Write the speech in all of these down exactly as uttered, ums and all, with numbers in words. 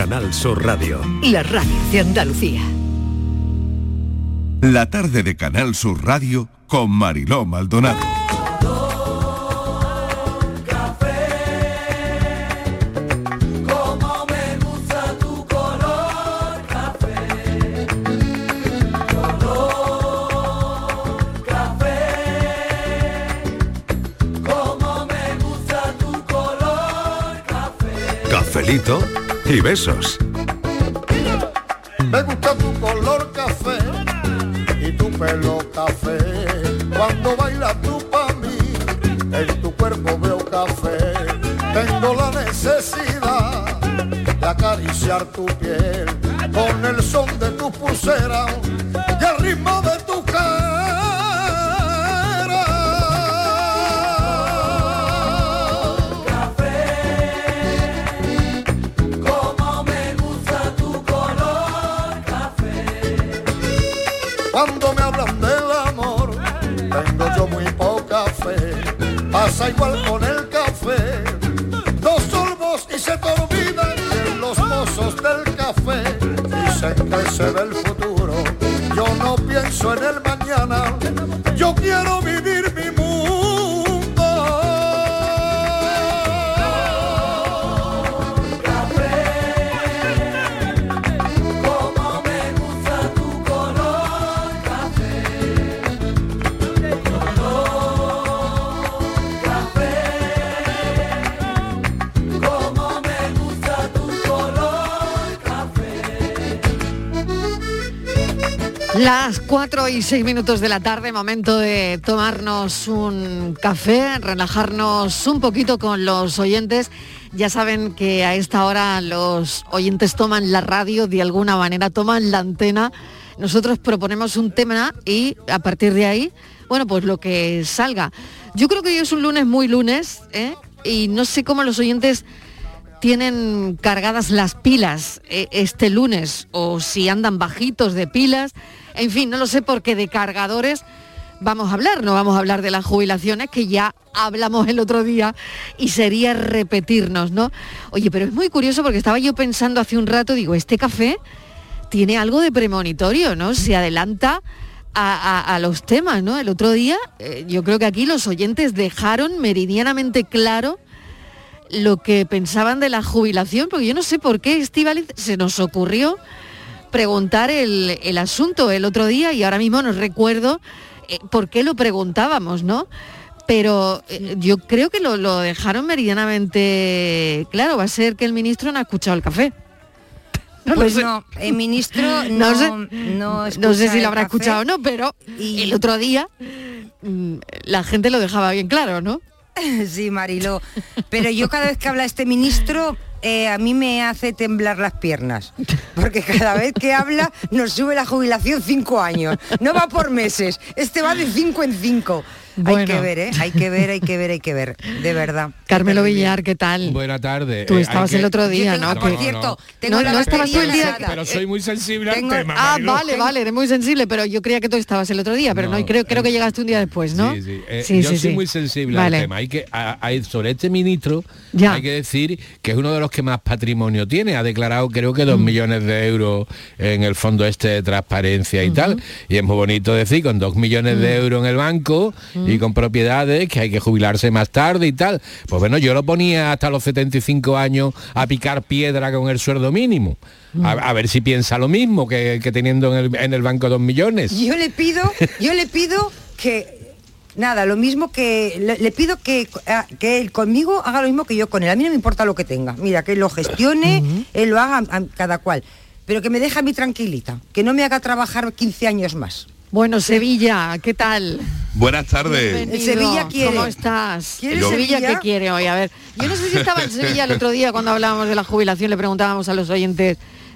Canal Sur Radio. La radio de Andalucía. La tarde de Canal Sur Radio con Mariló Maldonado. Cafelito y besos. Me gusta tu color café y tu pelo café. Cuando bailas tú pa' mí, en tu cuerpo veo café. Tengo la necesidad de acariciar tu piel con el son de tu pulsera y el ritmo de tu Cuando me hablan del amor, tengo yo muy poca fe. Pasa igual con el café. Dos sorbos y se te olvidan de los mozos del café. Dicen que se ve el futuro. Yo no pienso en el mañana. Yo quiero vivir mi mundo. Las cuatro y seis minutos de la tarde, momento de tomarnos un café, relajarnos un poquito con los oyentes. Ya saben que a esta hora los oyentes toman la radio, de alguna manera toman la antena. Nosotros proponemos un tema y a partir de ahí, bueno, pues lo que salga. Yo creo que hoy es un lunes muy lunes, ¿eh? Y no sé cómo los oyentes tienen cargadas las pilas eh, este lunes, o si andan bajitos de pilas. En fin, no lo sé, porque de cargadores vamos a hablar, no vamos a hablar de las jubilaciones, que ya hablamos el otro día y sería repetirnos, ¿no? Oye, pero es muy curioso porque estaba yo pensando hace un rato, digo, este café tiene algo de premonitorio, ¿no? Se adelanta a, a, a los temas, ¿no? El otro día, eh, yo creo que aquí los oyentes dejaron meridianamente claro lo que pensaban de la jubilación, porque yo no sé por qué, Estíbaliz, se nos ocurrió preguntar el, el asunto el otro día y ahora mismo no recuerdo eh, por qué lo preguntábamos, ¿no? Pero eh, yo creo que lo, lo dejaron meridianamente claro. Va a ser que el ministro no ha escuchado el café. No, pues no, el ministro no, no, sé, no, no sé si lo habrá escuchado o no, pero y... el otro día mmm, la gente lo dejaba bien claro, ¿no? Sí, Mariló, pero yo cada vez que habla este ministro eh, a mí me hace temblar las piernas, porque cada vez que habla nos sube la jubilación cinco años, no va por meses, este va de cinco en cinco. Bueno. Hay que ver, ¿eh? Hay que ver, hay que ver, hay que ver, de verdad. Carmelo Villar, ¿qué tal? Buena tarde. Tú estabas eh, el otro día, tengo, ¿no? Por cierto, tengo no, la no estabas tú el día. Pero soy muy sensible tengo, al tema. Ah, Mariló. vale, vale, eres muy sensible, pero yo creía que tú estabas el otro día, pero no, no creo, creo que llegaste un día después, ¿no? Sí, sí. Eh, sí yo sí, soy sí. muy sensible vale. al tema. Hay que, a, a, sobre este ministro, ya. hay que decir que es uno de los que más patrimonio tiene. Ha declarado, creo que dos mm. millones de euros en el fondo este de transparencia y uh-huh. tal. Y es muy bonito decir, con dos millones mm. de euros en el banco mm. y con propiedades, que hay que jubilarse más tarde y tal. Pues bueno, yo lo ponía hasta los setenta y cinco años a picar piedra con el sueldo mínimo. A, a ver si piensa lo mismo que, que teniendo en el, en el banco dos millones. Yo le pido, yo le pido que nada, lo mismo que le, le pido que, a, que él conmigo haga lo mismo que yo con él. A mí no me importa lo que tenga. Mira, que él lo gestione, uh-huh. él lo haga a, a cada cual. Pero que me deje a mí tranquilita, que no me haga trabajar quince años más. Bueno, Sevilla, ¿qué tal? Buenas tardes. Bienvenido. Sevilla quiere. ¿Cómo estás? ¿Quiere Yo... Sevilla Sevilla? qué quiere hoy? A ver, yo no sé si estaba en Sevilla el otro día cuando hablábamos de la jubilación, le preguntábamos a los oyentes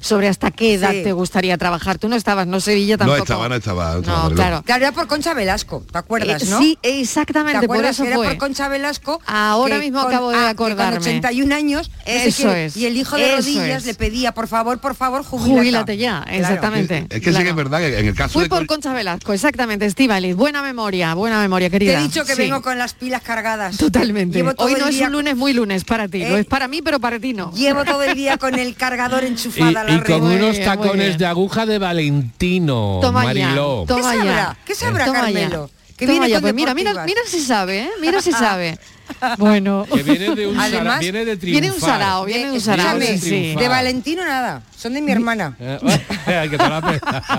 sobre hasta qué edad Sí. te gustaría trabajar. Tú no estabas, no Sevilla tampoco. No estaba, no estaba. No, estaba, No, Mariló. claro. Claro, era por Concha Velasco, ¿te acuerdas, Eh, no? Sí, ¿Te exactamente, por acuerdas eso que era fue. por Concha Velasco? Ahora que mismo con- acabo de ah, que acordarme. Con ochenta y un años, no sé Eso qué, es, y el hijo de eso rodillas es. le pedía, por favor, por favor, jubílate. Jubílate ya, Claro. exactamente. Es que sí Claro. que es verdad que en el caso Fue de... por Concha Velasco, exactamente, Estíbaliz. Buena memoria, buena memoria, querida. Te he dicho que Sí. vengo con las pilas cargadas. Totalmente. Llevo todo Hoy el no es día- un lunes muy lunes para ti, Eh, lo es para mí, pero para ti no. Llevo todo el día con el cargador Y, enchufada a la y red. con Muy unos bien, muy tacones bien. de aguja de Valentino, Toma Mariló. ya, ¿Qué toma sabrá? ya. ¿Qué sabrá, Toma ya. Carmelo? Que Toma viene ya, con pues mira, mira, deportivas. mira si sabe, ¿eh? Mira si sabe. Bueno, Que viene de un Además, sara- viene de triunfar. viene un sarao, viene un sarao, Escúchame, sí, sí. de Valentino nada, son de mi hermana. Eh, que te la pe-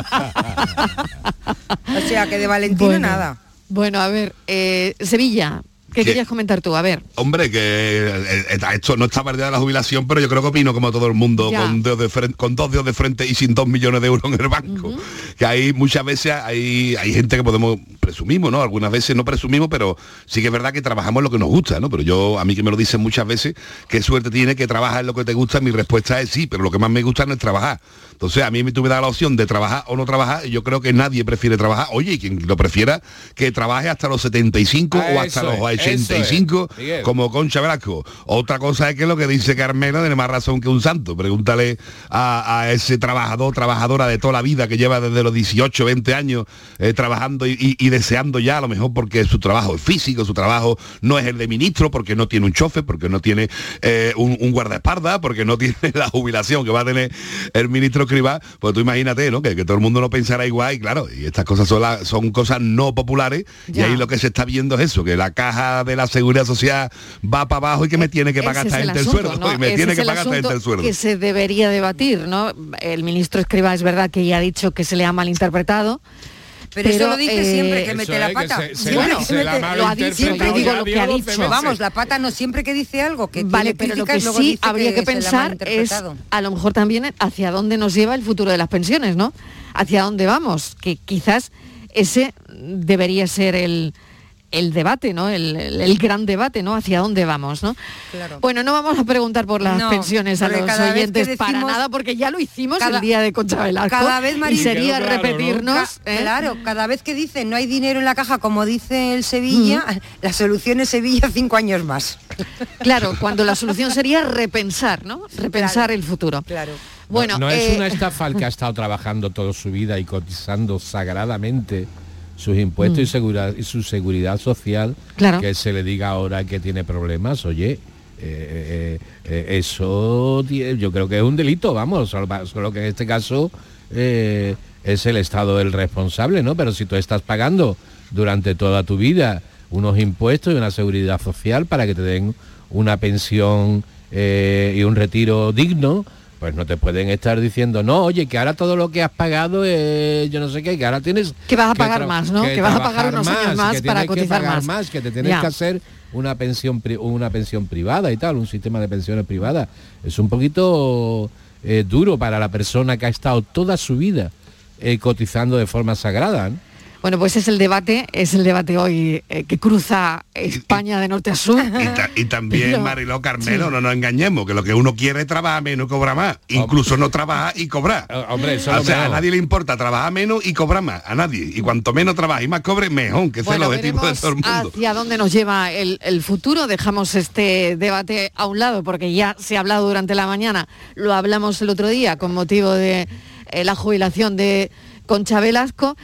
O sea, que de Valentino Bueno. nada. Bueno, a ver, eh, Sevilla, ¿qué ¿Qué? querías comentar tú? A ver. Hombre, que eh, eh, esto no está para el día de la jubilación, pero yo creo que opino como todo el mundo, Ya. con, dedos de frente- con dos dedos de frente y sin dos millones de euros en el banco. Que hay muchas veces, hay, hay gente que podemos, presumimos, ¿no? Algunas veces no presumimos, pero sí que es verdad que trabajamos en lo que nos gusta, ¿no? Pero yo, a mí que me lo dicen muchas veces, qué suerte tiene que trabajar en lo que te gusta, mi respuesta es sí, pero lo que más me gusta no es trabajar. Entonces, a mí me tuve la opción de trabajar o no trabajar, y yo creo que nadie prefiere trabajar. Oye, y quien lo prefiera, que trabaje hasta los setenta y cinco Ah, o hasta eso los es, ochenta y eso cinco, es, Miguel. como Concha Velasco. Otra cosa es que lo que dice Carmelo tiene más razón que un santo. Pregúntale a, a ese trabajador, trabajadora de toda la vida que lleva desde los dieciocho, veinte años eh, trabajando y, y- y deseando ya, a lo mejor porque su trabajo es físico, su trabajo no es el de ministro, porque no tiene un chofer, porque no tiene eh, un, un guardaespaldas, porque no tiene la jubilación que va a tener el ministro Escrivá. Pues tú imagínate, ¿no? Que, que todo el mundo no pensará igual, y claro, y estas cosas son, la- son cosas no populares, Ya. y ahí lo que se está viendo es eso, que la caja de la seguridad social va para abajo y que me tiene que pagar Ese esta es gente el asunto, sueldo, ¿no? y me Ese tiene es que el pagar esta gente asunto el sueldo. que se debería debatir, ¿no? El ministro Escrivá es verdad que ya ha dicho que se le ha malinterpretado. Pero, eso Pero, lo dice eh, siempre, que Eso mete es, la que pata. se- se Sí, la- bueno, se la siempre lo ha dicho, malinterpretado yo digo ya lo que diez ha o doce dicho. veces. Vamos, la pata no siempre que dice algo, que Vale, tiene pero lo que críticas, luego sí dice habría que se la ha pensar es malinterpretado. a lo mejor también hacia dónde nos lleva el futuro de las pensiones, ¿no? Hacia dónde vamos, que quizás ese debería ser el, el debate, ¿no? El, el- el gran debate, ¿no? Hacia dónde vamos, ¿no? Claro. Bueno, no vamos a preguntar por las No, pensiones a porque los cada vez que oyentes para decimos- nada, porque ya lo hicimos cada- el día de Concha Velasco. cada vez, y María, sería quedó claro, ¿no? repetirnos. Ca- ¿eh? Claro, cada vez que dicen no hay dinero en la caja, como dice el Sevilla, la solución es Sevilla cinco años más. Claro, cuando la solución sería repensar, ¿no? Repensar Claro. el futuro. Claro. Bueno, no, no es eh, una estafa el que ha estado trabajando toda su vida y cotizando sagradamente sus impuestos y, seguridad, y su seguridad social, Claro. que se le diga ahora que tiene problemas. Oye, eh, eh, eh, eso tie- yo creo que es un delito, vamos, solo, solo que en este caso eh, es el Estado el responsable, ¿no? Pero si tú estás pagando durante toda tu vida unos impuestos y una seguridad social para que te den una pensión eh, y un retiro digno, pues no te pueden estar diciendo, no, oye, que ahora todo lo que has pagado, eh, yo no sé qué, que ahora tienes... Que vas a pagar tra- más, ¿no? Que vas a pagar trabajar unos años más que para tienes que cotizar pagar más. que te tienes Ya. que hacer una pensión pri- una pensión privada y tal, un sistema de pensiones privadas. Es un poquito eh, duro para la persona que ha estado toda su vida eh, cotizando de forma sagrada, ¿no? Bueno, pues es el debate, es el debate hoy eh, que cruza España de norte a sur. Y, ta- y también, Pero- Mariló, Carmelo, sí. no nos engañemos, que lo que uno quiere es trabajar menos y cobrar más. Incluso no trabajar y cobrar. Eh, hombre, eso es O lo sea, a mejor. nadie le importa trabajar menos y cobrar más, a nadie. Y cuanto menos trabaja y más cobre, mejor, que ese Bueno, es el objetivo de veremos todo el mundo. hacia dónde nos lleva el, el futuro. Dejamos este debate a un lado porque ya se ha hablado durante la mañana. Lo hablamos el otro día con motivo de eh, la jubilación de Concha Velasco.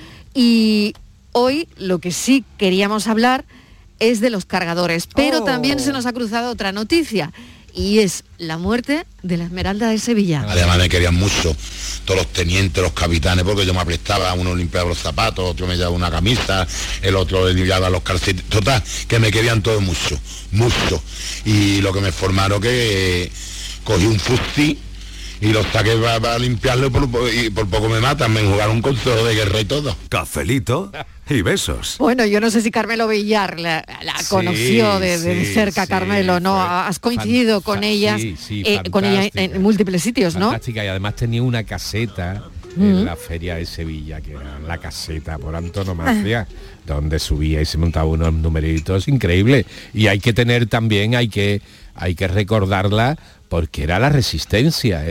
Y hoy lo que sí queríamos hablar es de los cargadores. Pero Oh. también se nos ha cruzado otra noticia. Y es la muerte de la Esmeralda de Sevilla. Además me querían mucho todos los tenientes, los capitanes, porque yo me prestaba, uno limpiaba los zapatos, otro me llevaba una camisa, el otro le limpiaba los calcetines, total, que me querían todos mucho, mucho. Y lo que me formaron que eh, cogí un fusil y los saqué para limpiarlo y por, y por poco me matan, me jugaron un consejo de guerra y todo. Cafelito y besos. Bueno, yo no sé si Carmelo Villar la, la Sí, conoció de, de sí, cerca, sí, Carmelo, ¿no? fue Has coincidido fan- con fa- ella, sí, sí, eh, con ella en, fantástica. en múltiples sitios, ¿no? Fantástica, y además tenía una caseta en la feria de Sevilla, que era la caseta por antonomasia, donde subía y se montaba unos numeritos increíbles. Y hay que tener también, hay que, hay que recordarla, porque era la resistencia, ¿eh?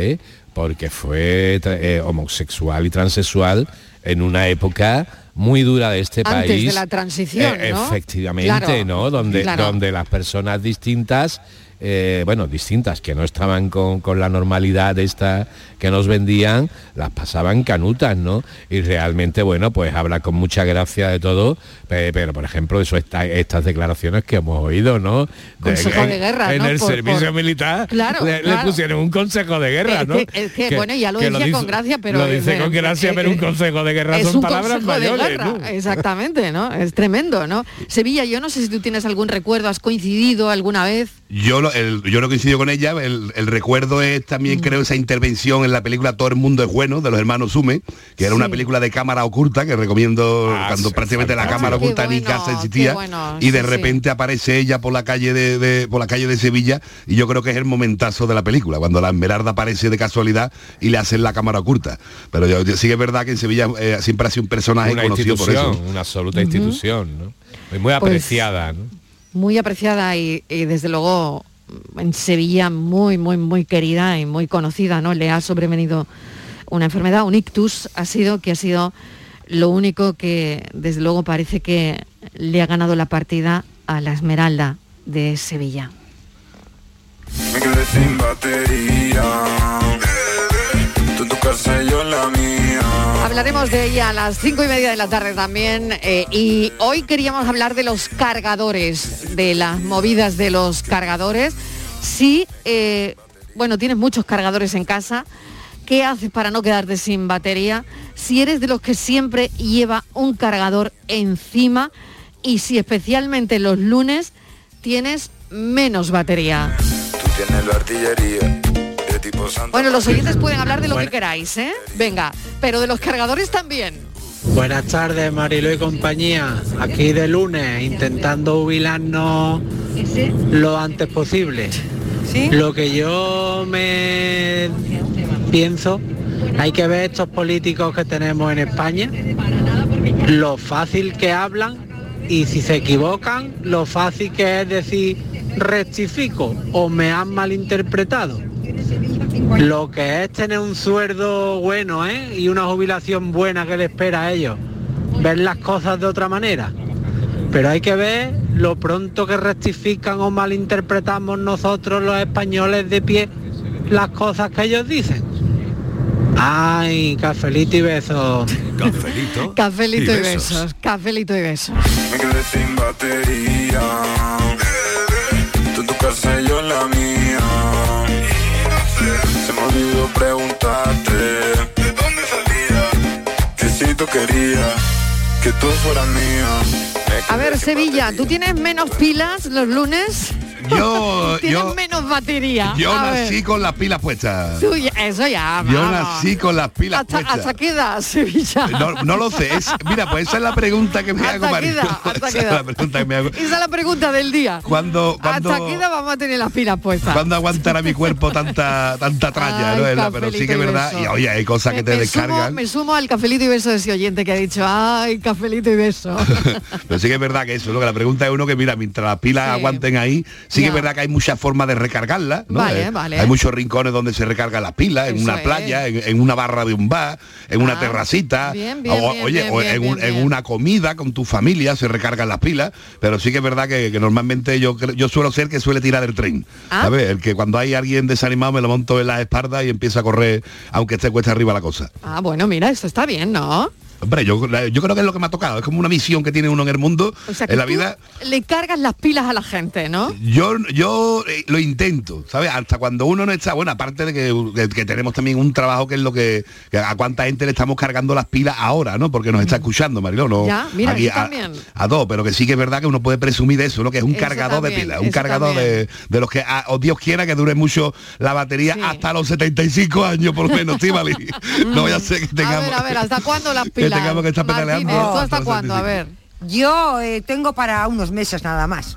porque fue eh, homosexual y transexual en una época muy dura de este Antes país. de la transición, eh, ¿no? Efectivamente, Claro, ¿no? Donde, claro. donde las personas distintas, eh, bueno, distintas, que no estaban con, con la normalidad esta que nos vendían, las pasaban canutas, ¿no? Y realmente, bueno, pues habla con mucha gracia de todo, pero, pero por ejemplo, eso esta, estas declaraciones que hemos oído, ¿no? Consejo en, de guerra, en ¿no? el Por- servicio por- militar Claro, le, claro. le pusieron un consejo de guerra, Es ¿no? que- es que, bueno, ya lo que decía dice- con gracia, pero lo es dice de- con gracia, eh, pero un eh, consejo de guerra es son un palabras consejo de mayores, guerra, ¿no? exactamente, ¿no? Es tremendo, ¿no? Sevilla, yo no sé si tú tienes algún recuerdo, has coincidido alguna vez. Yo lo, el, yo no coincido con ella, el, el recuerdo es también Mm. creo esa intervención en la película Todo el mundo es bueno, de los hermanos Sume, que era Sí. una película de cámara oculta, que recomiendo Ah, cuando sí, prácticamente la fantástico. cámara Qué oculta ni bueno, casa qué existía, bueno, y de sí, repente aparece ella por la calle de, de- por la calle de Sevilla, y yo creo que es el momentazo de la película, cuando la Esmeralda aparece de casualidad y le hacen la cámara oculta. Pero yo, yo- sí que es verdad que en Sevilla eh, siempre ha sido un personaje Una conocido por eso. institución, una absoluta institución, ¿no? Y muy Pues- apreciada, ¿no? Muy apreciada y, y desde luego en Sevilla muy, muy, muy querida y muy conocida, ¿no? Le ha sobrevenido una enfermedad, un ictus, ha sido que ha sido lo único que desde luego parece que le ha ganado la partida a la Esmeralda de Sevilla. Me quedé sin batería. Tú en tu casa y yo en la mía. Hablaremos de ella a las cinco y media de la tarde también eh, y hoy queríamos hablar de los cargadores, de las movidas de los cargadores. Si, eh, bueno, tienes muchos cargadores en casa, ¿qué haces para no quedarte sin batería? Si eres de los que siempre lleva un cargador encima y si especialmente los lunes tienes menos batería. Tú tienes la artillería de tipo Santa. Bueno, los oyentes pueden hablar de lo que queráis, ¿eh? Venga, pero de los cargadores también. Buenas tardes, Mariló y compañía. Aquí de lunes, intentando jubilarnos lo antes posible. ¿Sí? Lo que yo me pienso, hay que ver estos políticos que tenemos en España, lo fácil que hablan y si se equivocan, lo fácil que es decir rectifico o me han malinterpretado. Lo que es tener un sueldo bueno, ¿eh? Y una jubilación buena que le espera a ellos. Ver las cosas de otra manera. Pero hay que ver lo pronto que rectifican o malinterpretamos nosotros los españoles de pie las cosas que ellos dicen. Ay, cafelito y besos. Cafelito. Cafelito y besos, cafelito y besos. Me quedé sin batería. Tú en tu casa y yo en la mía. Se me olvidó preguntarte ¿de dónde salía? Que si tú querías que tú fueras mía. A ver, Sevilla, ¿tú tienes menos pilas los lunes? Yo, ¿Tienes yo, menos batería? yo A nací ver. con las pilas puestas. Tú ya- eso ya, Yo vamos. nací con las pilas ¿Hasta, puestas. ¿Hasta qué edad, Sevilla? No, no lo sé. Es, mira, pues esa es la pregunta que me ¿Hasta hago, qué Mariló. edad? ¿Hasta Esa qué es edad? la pregunta que me hago. Esa es la pregunta del día. ¿Cuándo, cuándo, ¿Hasta qué edad vamos a tener las pilas puestas? ¿cuándo aguantará mi cuerpo tanta tanta tralla? Ay, ¿no? Es la- Pero sí cafelito que es y verdad. beso. Y oye, hay cosas que Me- te me sumo- descargan. me sumo al cafelito y beso de ese oyente que ha dicho, ay, cafelito y beso. Pero sí que es verdad que eso, ¿no? Que la pregunta es uno que, mira, mientras las pilas Sí. aguanten ahí, sí que Ya. es verdad que hay muchas formas de recargarlas, ¿no? Vale, Eh, vale. Hay muchos rincones donde se recargan las pilas, en Eso una es. playa, en, en una barra de un bar, en una Ah, terracita, bien, bien, o, bien, oye, bien, o bien, en, bien, un- en bien. una comida con tu familia se recargan las pilas, pero sí que es verdad que, que normalmente yo cre- yo suelo ser que suele tirar el tren, Ah. ¿sabes? El que cuando hay alguien desanimado me lo monto en las espaldas y empiezo a correr, aunque esté cuesta arriba la cosa. Ah, bueno, mira, eso está bien, ¿no? Hombre, yo, yo creo que es lo que me ha tocado, es como una misión que tiene uno en el mundo, O sea, que en la tú vida. le cargas las pilas a la gente, ¿no? Yo, yo eh, lo intento, ¿sabes? Hasta cuando uno no está, bueno, aparte de que, que- que tenemos también un trabajo que es lo que, que a cuánta gente le estamos cargando las pilas ahora, ¿no? Porque nos está escuchando, Mariló, ¿no? Ya, mira, Aquí eso a, también. a dos, pero que sí que es verdad que uno puede presumir de eso, ¿no? Que es un Eso cargador también, de pilas, un eso cargador de, de los que, a- o Dios quiera que dure mucho la batería Sí. hasta los setenta y cinco años por lo menos, ¿sí, Mali? No voy a ser que A tengamos... ver, a ver, ¿hasta cuándo las que pilas? tengamos que estar pedaleando Martínez, ¿tú hasta hasta los cuándo? A setenta y ver. Yo eh, tengo para unos meses nada más.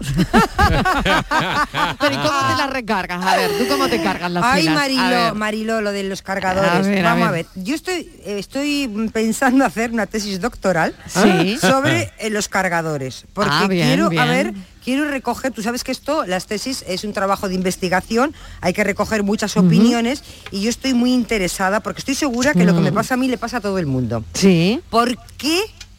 Pero ¿y cómo te las recargas? A ver, ¿tú cómo te cargas las Ay, pilas? Marilo, Marilo, lo de los cargadores. A ver, Vamos a a ver. ver. Yo estoy, eh, estoy pensando hacer una tesis doctoral Sí. sobre eh, los cargadores. Porque Ah, bien, quiero, bien. a ver, quiero recoger, tú sabes que esto, las tesis es un trabajo de investigación, hay que recoger muchas opiniones y yo estoy muy interesada porque estoy segura que lo que me pasa a mí le pasa a todo el mundo. Sí. ¿Por qué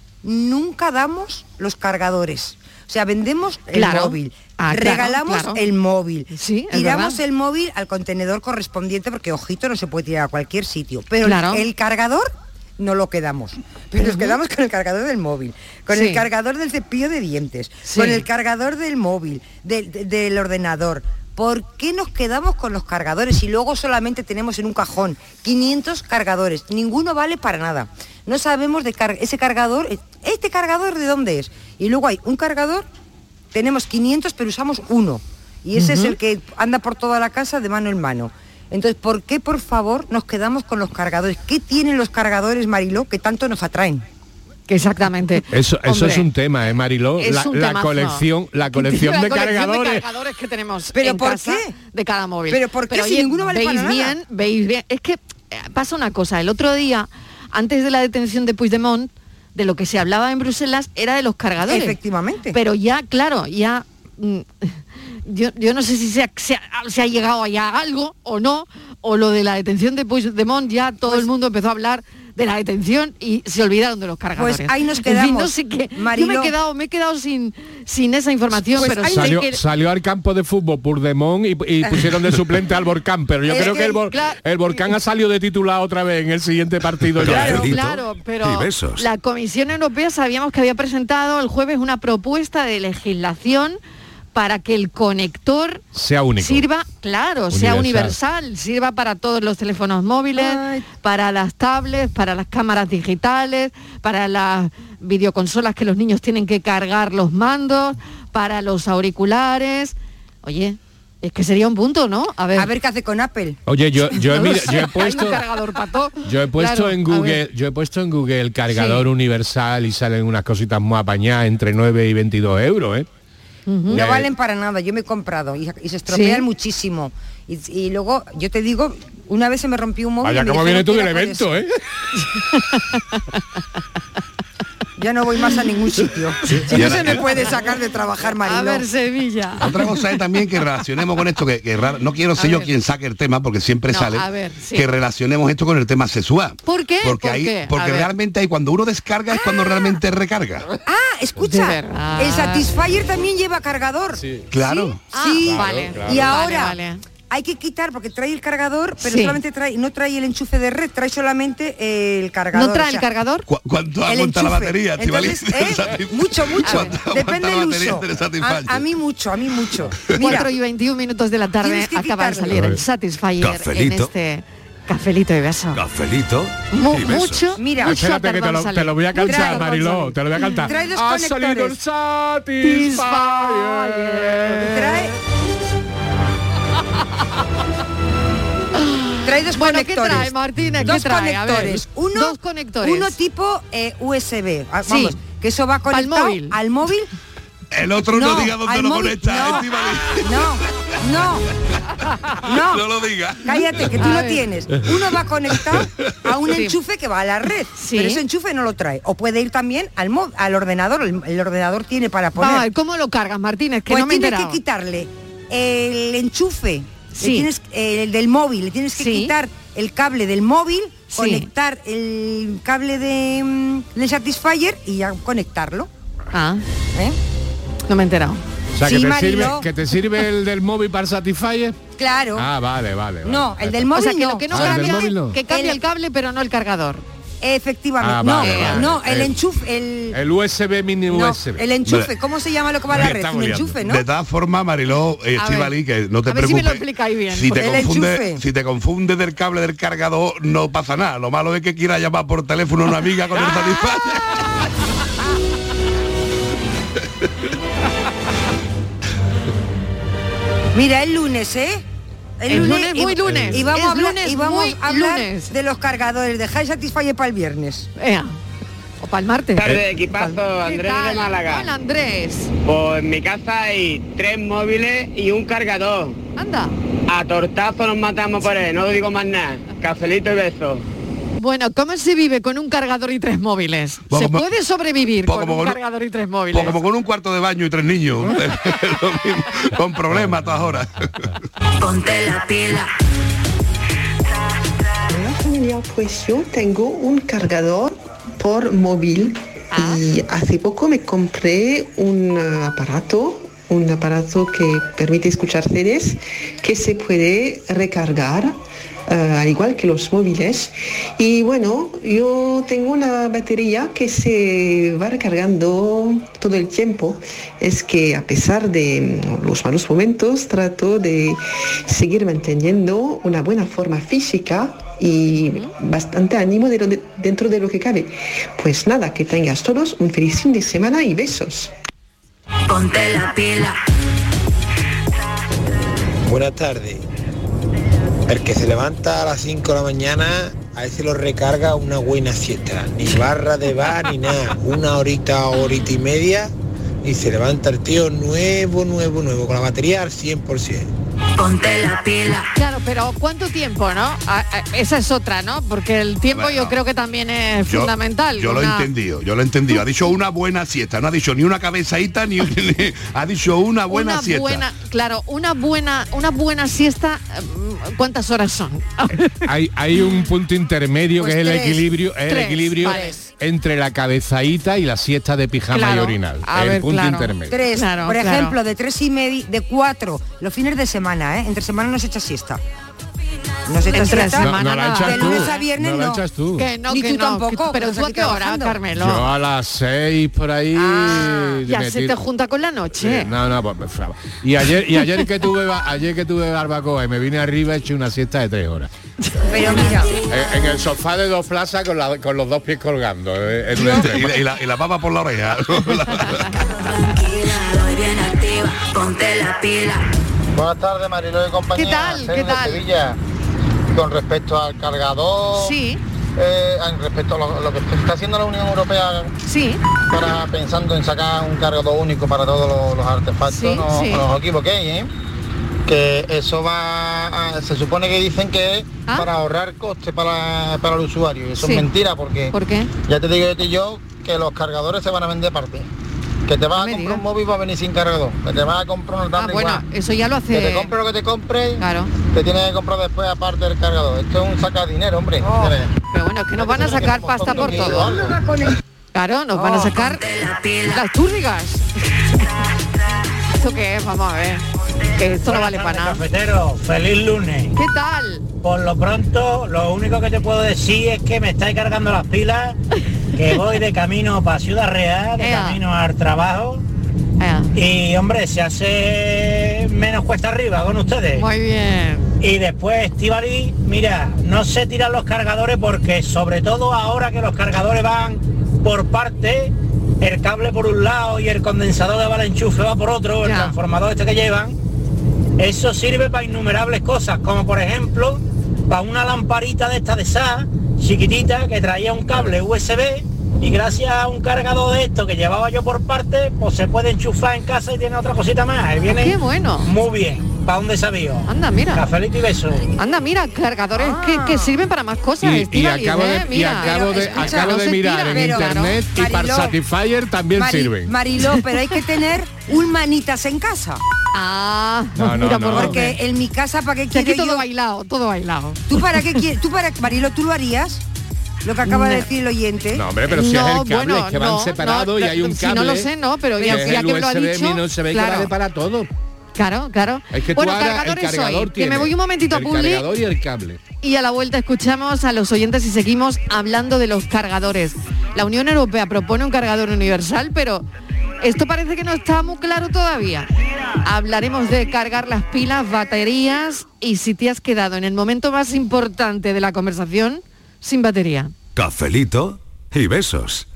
nunca damos los cargadores? O sea, vendemos el Claro. móvil, Ah, claro, regalamos claro. el móvil, Sí, es tiramos verdad. el móvil al contenedor correspondiente porque, ojito, no se puede tirar a cualquier sitio. Pero Claro. el cargador no lo quedamos. Pero nos quedamos con el cargador del móvil, con Sí. el cargador del cepillo de dientes, Sí. con el cargador del móvil, del- de- del ordenador. ¿Por qué nos quedamos con los cargadores y luego solamente tenemos en un cajón quinientos cargadores? Ninguno vale para nada. No sabemos de car- ese cargador, ¿este cargador de dónde es? Y luego hay un cargador, tenemos quinientos pero usamos uno. Y ese es el que anda por toda la casa de mano en mano. Entonces, ¿por qué, por favor, nos quedamos con los cargadores? ¿Qué tienen los cargadores, Mariló, que tanto nos atraen? Exactamente. Eso, eso Hombre, es un tema, ¿eh, Mariló? es La, un la temazo. colección, la colección La de colección cargadores. de cargadores que tenemos ¿Pero en por casa qué? de cada móvil. ¿Pero por qué si oye, ninguno vale veis para nada? bien, veis bien. Es que eh, pasa una cosa. El otro día, antes de la detención de Puigdemont, de lo que se hablaba en Bruselas era de los cargadores. Efectivamente. Pero ya, claro, ya... mm, Yo, yo no sé si se ha, se, ha, se ha llegado ya a algo o no, o lo de la detención de Puigdemont, ya todo Pues- el mundo empezó a hablar de la detención y se olvidaron de los cargadores. Pues ahí nos En fin, quedamos, no sé qué. Yo Mariló. me he quedado, me he quedado sin, sin esa información, Pues pero ahí sé Salió, que... salió al campo de fútbol Puigdemont y, y pusieron de suplente al Volcán, pero yo Es creo que, que, el, Vol- claro, el Volcán ha salido de titular otra vez en el siguiente partido. ya. Claro, Cafelito claro, pero y besos. la Comisión Europea sabíamos que había presentado el jueves una propuesta de legislación para que el conector Sea único. sirva, claro, sea Universal. universal, sirva para todos los teléfonos móviles, Ay. para las tablets, para las cámaras digitales, para las videoconsolas que los niños tienen que cargar los mandos, para los auriculares. Oye, es que sería un punto, ¿no? A ver, A ver qué hace con Apple. Oye, yo, yo, he, no lo mira- sé, yo he hay puesto... un cargador para todo. Yo he puesto Claro, en a Google, ver. yo he puesto en Google el cargador Sí. universal y salen unas cositas muy apañadas entre nueve y veintidós euros, ¿eh? No Eh, valen para nada, yo me he comprado y, y se estropean ¿Sí? muchísimo. Y, y luego, yo te digo, una vez se me rompió un móvil. Vaya y me como dijeron viene tú que del era por evento, eso. ¿eh? Ya no voy más a ningún sitio. Si Y no ahora- se me puede sacar de trabajar, Mariló. A ver, Sevilla. Otra cosa es también que relacionemos con esto, que, que raro- no quiero ser A yo ver. quien saque el tema, porque siempre No, sale, a ver, sí. que relacionemos esto con el tema sexual. ¿Por qué? Porque, ¿Por ahí, qué? A porque ver. realmente ahí cuando uno descarga es cuando realmente recarga. Ah, escucha, De verdad. el Satisfyer también lleva cargador. Claro. Ah, Sí, vale. y Vale, ahora vale. hay que quitar porque trae el cargador, pero Sí. solamente trae, no trae el enchufe de red, trae solamente el cargador. ¿No trae o sea, el cargador? ¿Cu- ¿Cuánto el aguanta la enchufe. batería, Entonces, Estivaliz? ¿eh? mucho, mucho. ¿Cuánto aguanta Depende la del batería uso. del Satisfyer? A, a mí mucho, a mí mucho. cuatro Mira, y veintiún minutos de la tarde Tienes que acaba de quitarle. salir el Satisfyer Cafelito. en este cafelito y beso. Cafelito Mu- y besos. mucho, Mira, mucho Espérate que te tardó lo, en salir. te lo voy a Trae cantar, dos Mariló, consoles. te lo voy a cantar. Trae dos Ha salido el conectores. Satisfyer. trae... Trae dos Bueno, ¿qué conectores. trae, Martínez? ¿Qué Dos trae? A ver, conectores. Uno, dos conectores. Uno tipo eh, U S B. Ah, Sí. Vamos, que eso va Pa'l conectado móvil. al móvil. El otro no, No, diga dónde al lo móvil, conecta, no. Estíbaliz. No, no, no. No lo diga. Cállate, que tú A lo ver. tienes. Uno va conectado a un Sí. enchufe que va a la red, Sí. pero ese enchufe no lo trae. O puede ir también al, mo- al ordenador. El, el ordenador tiene para poner. Vamos a ver, ¿cómo lo cargas, Martínez? Que pues no me he tienes que enterado. quitarle el enchufe, le Sí. tienes, eh, el del móvil, le tienes que Sí. quitar el cable del móvil, Sí. conectar el cable de, mm, del Satisfyer y ya conectarlo. Ah, ¿eh? no me he enterado. O sea, Sí, que, te Mariló. sirve, que te sirve el del móvil para el Satisfyer. Claro. Ah, vale, vale. vale. No, el del O móvil sea, que no. lo que no Ah, el del cambia, móvil no. que cambia El- el cable, pero no el cargador. Efectivamente. Ah, no, vale, vale. no, el Eh, enchufe, el, El U S B mini no, U S B. el enchufe, Vale. ¿cómo se llama lo que va a la Me red? estamos Un liando. enchufe, ¿no? De todas formas, Mariló, eh, A Estíbaliz, que no te a ver si me preocupes. lo explicáis bien. Si te, El confunde, enchufe. si te confundes del cable del cargador, no pasa nada. Lo malo es que quiera llamar por teléfono a una amiga con el Satisfyer. Mira, el lunes, ¿eh? El lunes, muy lunes. Y vamos Es a hablar, lunes, y vamos muy a hablar lunes. de los cargadores. Dejáis Satisfyer para el viernes. Ea. O para el martes. Tarde, equipazo, Andrés de Málaga. Hola, Andrés. Pues en mi casa hay tres móviles y un cargador. Anda. A tortazo nos matamos por él, no digo más nada. Cafelito y besos. Bueno, ¿cómo se vive con un cargador y tres móviles? Pues ¿Se como- puede sobrevivir pues con como un con- cargador y tres móviles? Pues como con un cuarto de baño y tres niños. Lo mismo, con problemas a todas horas. Ponte la pila. Hola familia, pues yo tengo un cargador por móvil y hace poco me compré un uh, aparato, un aparato que permite escuchar C Ds que se puede recargar. Uh, al igual que los móviles, y bueno, yo tengo una batería que se va recargando todo el tiempo. Es que a pesar de los malos momentos trato de seguir manteniendo una buena forma física y bastante ánimo de lo de- dentro de lo que cabe. Pues nada, que tengas todos un feliz fin de semana y besos. Ponte la pila. Buenas tardes. El que se levanta a las cinco de la mañana, a ese lo recarga una buena siesta. Ni barra de bar ni nada. Una horita, horita y media y se levanta el tío nuevo, nuevo, nuevo, con la batería al cien por ciento. Ponte la pila. Claro, pero ¿cuánto tiempo, no? A- a- esa es otra, ¿no? Porque el tiempo Bueno, yo creo que también es Yo, fundamental. yo lo he Una- entendido, yo lo he entendido. Ha dicho una buena siesta, no ha dicho ni una cabezadita ni, ni- ha dicho una buena una siesta. buena, claro, una buena, una buena siesta. mm, ¿Cuántas horas son? Hay, hay un punto intermedio Pues que es el tres. equilibrio, es el Tres, equilibrio vale. entre la cabezadita y la siesta de pijama Claro. y orinal. A el ver, punto claro. intermedio. Tres, Claro, por claro. ejemplo, de tres y media, de cuatro, los fines de semana, ¿eh? Entre semana no se echa siesta. No se echa Entre siesta. semana No, no la echas de tú, lunes a viernes no no. la echas tú. Que no, Ni que tú no, tampoco, que- pero que tú a estás qué aquí hora, trabajando. Carmelo. Yo a las seis por ahí. Ah, ya metí- se te junta con la noche. Sí, no, no, pues, pues, y ayer y ayer que tuve ba- ayer que tuve barbacoa y me vine arriba, eché una siesta de tres horas. Pero mira, En, en el sofá de dos plazas con, la- con los dos pies colgando. eh, en un Y extremo. la, y la- y la papa por la oreja. Hoy bien activa. Ponte la pila. Buenas tardes, Mariló y compañía. ¿Qué tal? Sergio ¿Qué de tal? Sevilla. Con respecto al cargador, Sí, eh, en respecto a lo, lo que está haciendo la Unión Europea sí. para pensando en sacar un cargador único para todos los, los artefactos, Sí, no, sí. no os equivoquéis, ¿eh? Que eso va a- se supone que dicen que es ¿Ah? para ahorrar coste para, para el usuario. Y eso Sí. es mentira porque ¿Por qué? ya te digo yo, y yo que los cargadores se van a vender aparte. Que te vas No a me comprar digas. un móvil va a venir sin cargador. Que te vas a comprar una Ah, tablet bueno, igual. eso ya lo Que te hace. compre lo que te compre, Claro. te tienes que comprar después aparte del cargador. Esto es un sacadinero, hombre. Oh. Pero bueno, es que nos van a sacar pasta por todo. Claro, nos van a sacar las túrdigas. ¿Esto qué es? Vamos a ver. Que esto no vale para nada. Cafetero, feliz lunes. ¿Qué tal? Por lo pronto, lo único que te puedo decir es que me estáis cargando las pilas, que voy de camino para Ciudad Real, de Ea. camino al trabajo. Ea. Y hombre, se hace menos cuesta arriba con ustedes. Muy bien. Y después, Estivali, mira, no se tiran los cargadores porque sobre todo ahora que los cargadores van por parte, el cable por un lado y el condensador de bala enchufe va por otro, el Ya. transformador este que llevan, eso sirve para innumerables cosas, como por ejemplo, para una lamparita de esta de S A, chiquitita, que traía un cable U S B y gracias a un cargador de esto que llevaba yo por parte, pues se puede enchufar en casa y tiene otra cosita más. Y viene Qué bueno. muy bien, para un desafío. Anda, mira. Cafelito y beso. Anda, mira, cargadores que, que sirven para más cosas. Y, y Estíbaliz, acabo de, ¿eh? y Mira. acabo de, Escucha, acabo no de se mirar tira, en pero- internet y para Mariló. Satisfyer también Mari- sirven. Mariló, pero hay que tener un manitas en casa. Ah, No, no, mira no. por Porque dónde. en mi casa, ¿para qué Si aquí quiero todo yo? bailado, todo bailado. ¿Tú para qué quieres? ¿Tú para Mariló, tú lo harías? Lo que acaba de No. decir el oyente. No, hombre, pero si No, es el cable, bueno, es que van no, separados no, y hay un si cable. no lo sé, no, pero ya- que es ya el que me lo ha U S B, dicho, no se ve claro. que vale para todo. Claro, claro. Es que tú bueno, ahora el cargadores cargador hoy, que tiene me voy un momentito a el Publi cargador y el cable. y a la vuelta escuchamos a los oyentes y seguimos hablando de los cargadores. La Unión Europea propone un cargador universal, pero esto parece que no está muy claro todavía. Hablaremos de cargar las pilas, baterías y si te has quedado en el momento más importante de la conversación sin batería. Cafelito y besos.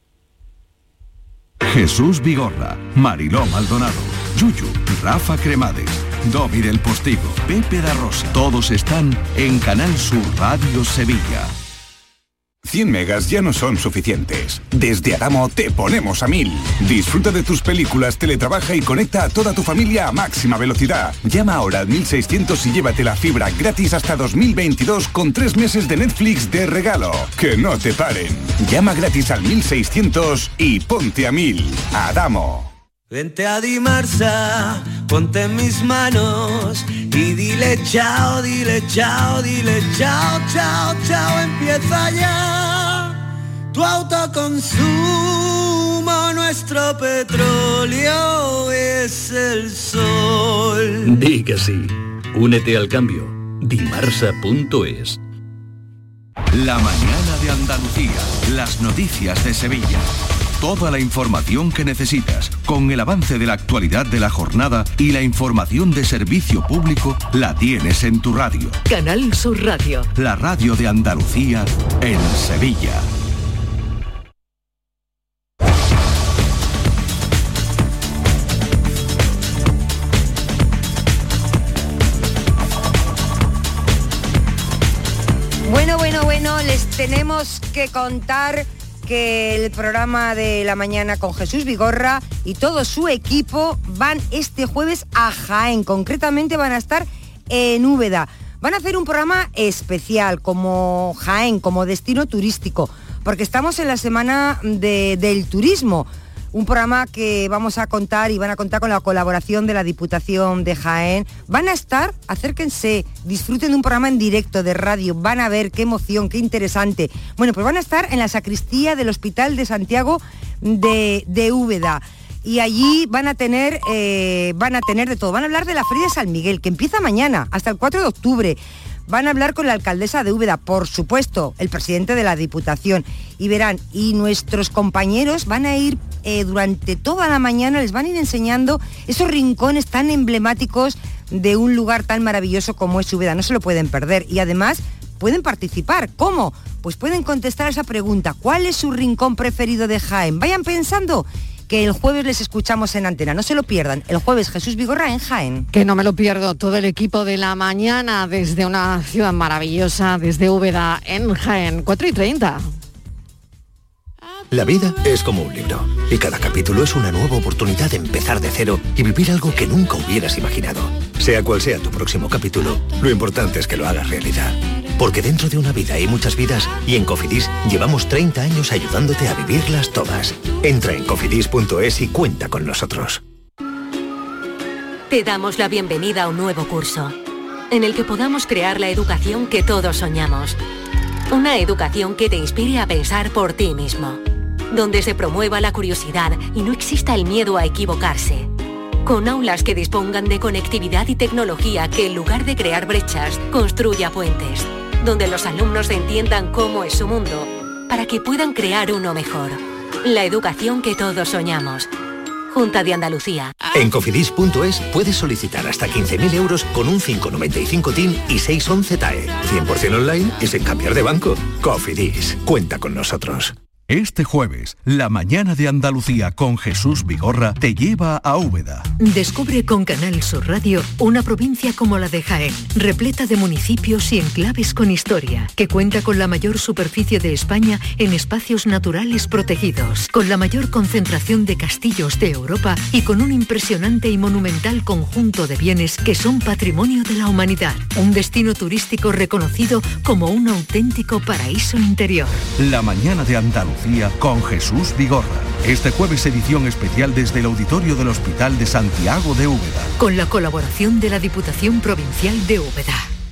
Jesús Vigorra, Mariló Maldonado, Yuyu, Rafa Cremades, Domi del Postigo, Pepe da Rosa. Todos están en Canal Sur Radio Sevilla. cien megas ya no son suficientes. Desde Adamo te ponemos a mil. Disfruta de tus películas, teletrabaja y conecta a toda tu familia a máxima velocidad. Llama ahora al mil seiscientos y llévate la fibra gratis hasta dos mil veintidós con tres meses de Netflix de regalo. Que no te paren. Llama gratis al mil seiscientos y ponte a mil. Adamo. Vente a Dimarsa, ponte en mis manos y dile chao, dile chao, dile chao, chao, chao, empieza ya tu autoconsumo, nuestro petróleo es el sol. Di que sí, únete al cambio, dimarsa punto es. La mañana de Andalucía, las noticias de Sevilla. Toda la información que necesitas, con el avance de la actualidad de la jornada y la información de servicio público, la tienes en tu radio. Canal Sur Radio. La radio de Andalucía en Sevilla. Bueno, bueno, bueno, les tenemos que contar que el programa de la mañana con Jesús Vigorra y todo su equipo van este jueves a Jaén. Concretamente van a estar en Úbeda. Van a hacer un programa especial como Jaén, como destino turístico, porque estamos en la semana de, del turismo. Un programa que vamos a contar y van a contar con la colaboración de la Diputación de Jaén. Van a estar, acérquense, disfruten de un programa en directo de radio, van a ver qué emoción, qué interesante. Bueno, pues van a estar en la sacristía del Hospital de Santiago de, de Úbeda. Y allí van a tener eh, van a tener de todo. Van a hablar de la Feria de San Miguel, que empieza mañana, hasta el cuatro de octubre. Van a hablar con la alcaldesa de Úbeda, por supuesto, el presidente de la Diputación. Y verán, y nuestros compañeros van a ir eh, durante toda la mañana, les van a ir enseñando esos rincones tan emblemáticos de un lugar tan maravilloso como es Úbeda. No se lo pueden perder. Y además pueden participar. ¿Cómo? Pues pueden contestar a esa pregunta. ¿Cuál es su rincón preferido de Jaén? Vayan pensando que el jueves les escuchamos en antena, no se lo pierdan. El jueves Jesús Vigorra en Jaén. Que no me lo pierdo, todo el equipo de la mañana desde una ciudad maravillosa, desde Úbeda en Jaén, cuatro y treinta. La vida es como un libro y cada capítulo es una nueva oportunidad de empezar de cero y vivir algo que nunca hubieras imaginado. Sea cual sea tu próximo capítulo, lo importante es que lo hagas realidad. Porque dentro de una vida hay muchas vidas y en Cofidis llevamos treinta años ayudándote a vivirlas todas. Entra en cofidis punto es y cuenta con nosotros. Te damos la bienvenida a un nuevo curso, en el que podamos crear la educación que todos soñamos. Una educación que te inspire a pensar por ti mismo, donde se promueva la curiosidad y no exista el miedo a equivocarse. Con aulas que dispongan de conectividad y tecnología que en lugar de crear brechas, construya puentes, donde los alumnos entiendan cómo es su mundo, para que puedan crear uno mejor. La educación que todos soñamos. Junta de Andalucía. En cofidis punto es puedes solicitar hasta quince mil euros con un cinco coma noventa y cinco T I N y seiscientos once T A E. cien por ciento online y sin cambiar de banco. Cofidis, cuenta con nosotros. Este jueves, la mañana de Andalucía con Jesús Vigorra te lleva a Úbeda. Descubre con Canal Sur Radio una provincia como la de Jaén, repleta de municipios y enclaves con historia, que cuenta con la mayor superficie de España en espacios naturales protegidos, con la mayor concentración de castillos de Europa y con un impresionante y monumental conjunto de bienes que son patrimonio de la humanidad. Un destino turístico reconocido como un auténtico paraíso interior. La mañana de Andalucía con Jesús Vigorra. Este jueves edición especial desde el auditorio del Hospital de Santiago de Úbeda. Con la colaboración de la Diputación Provincial de Úbeda.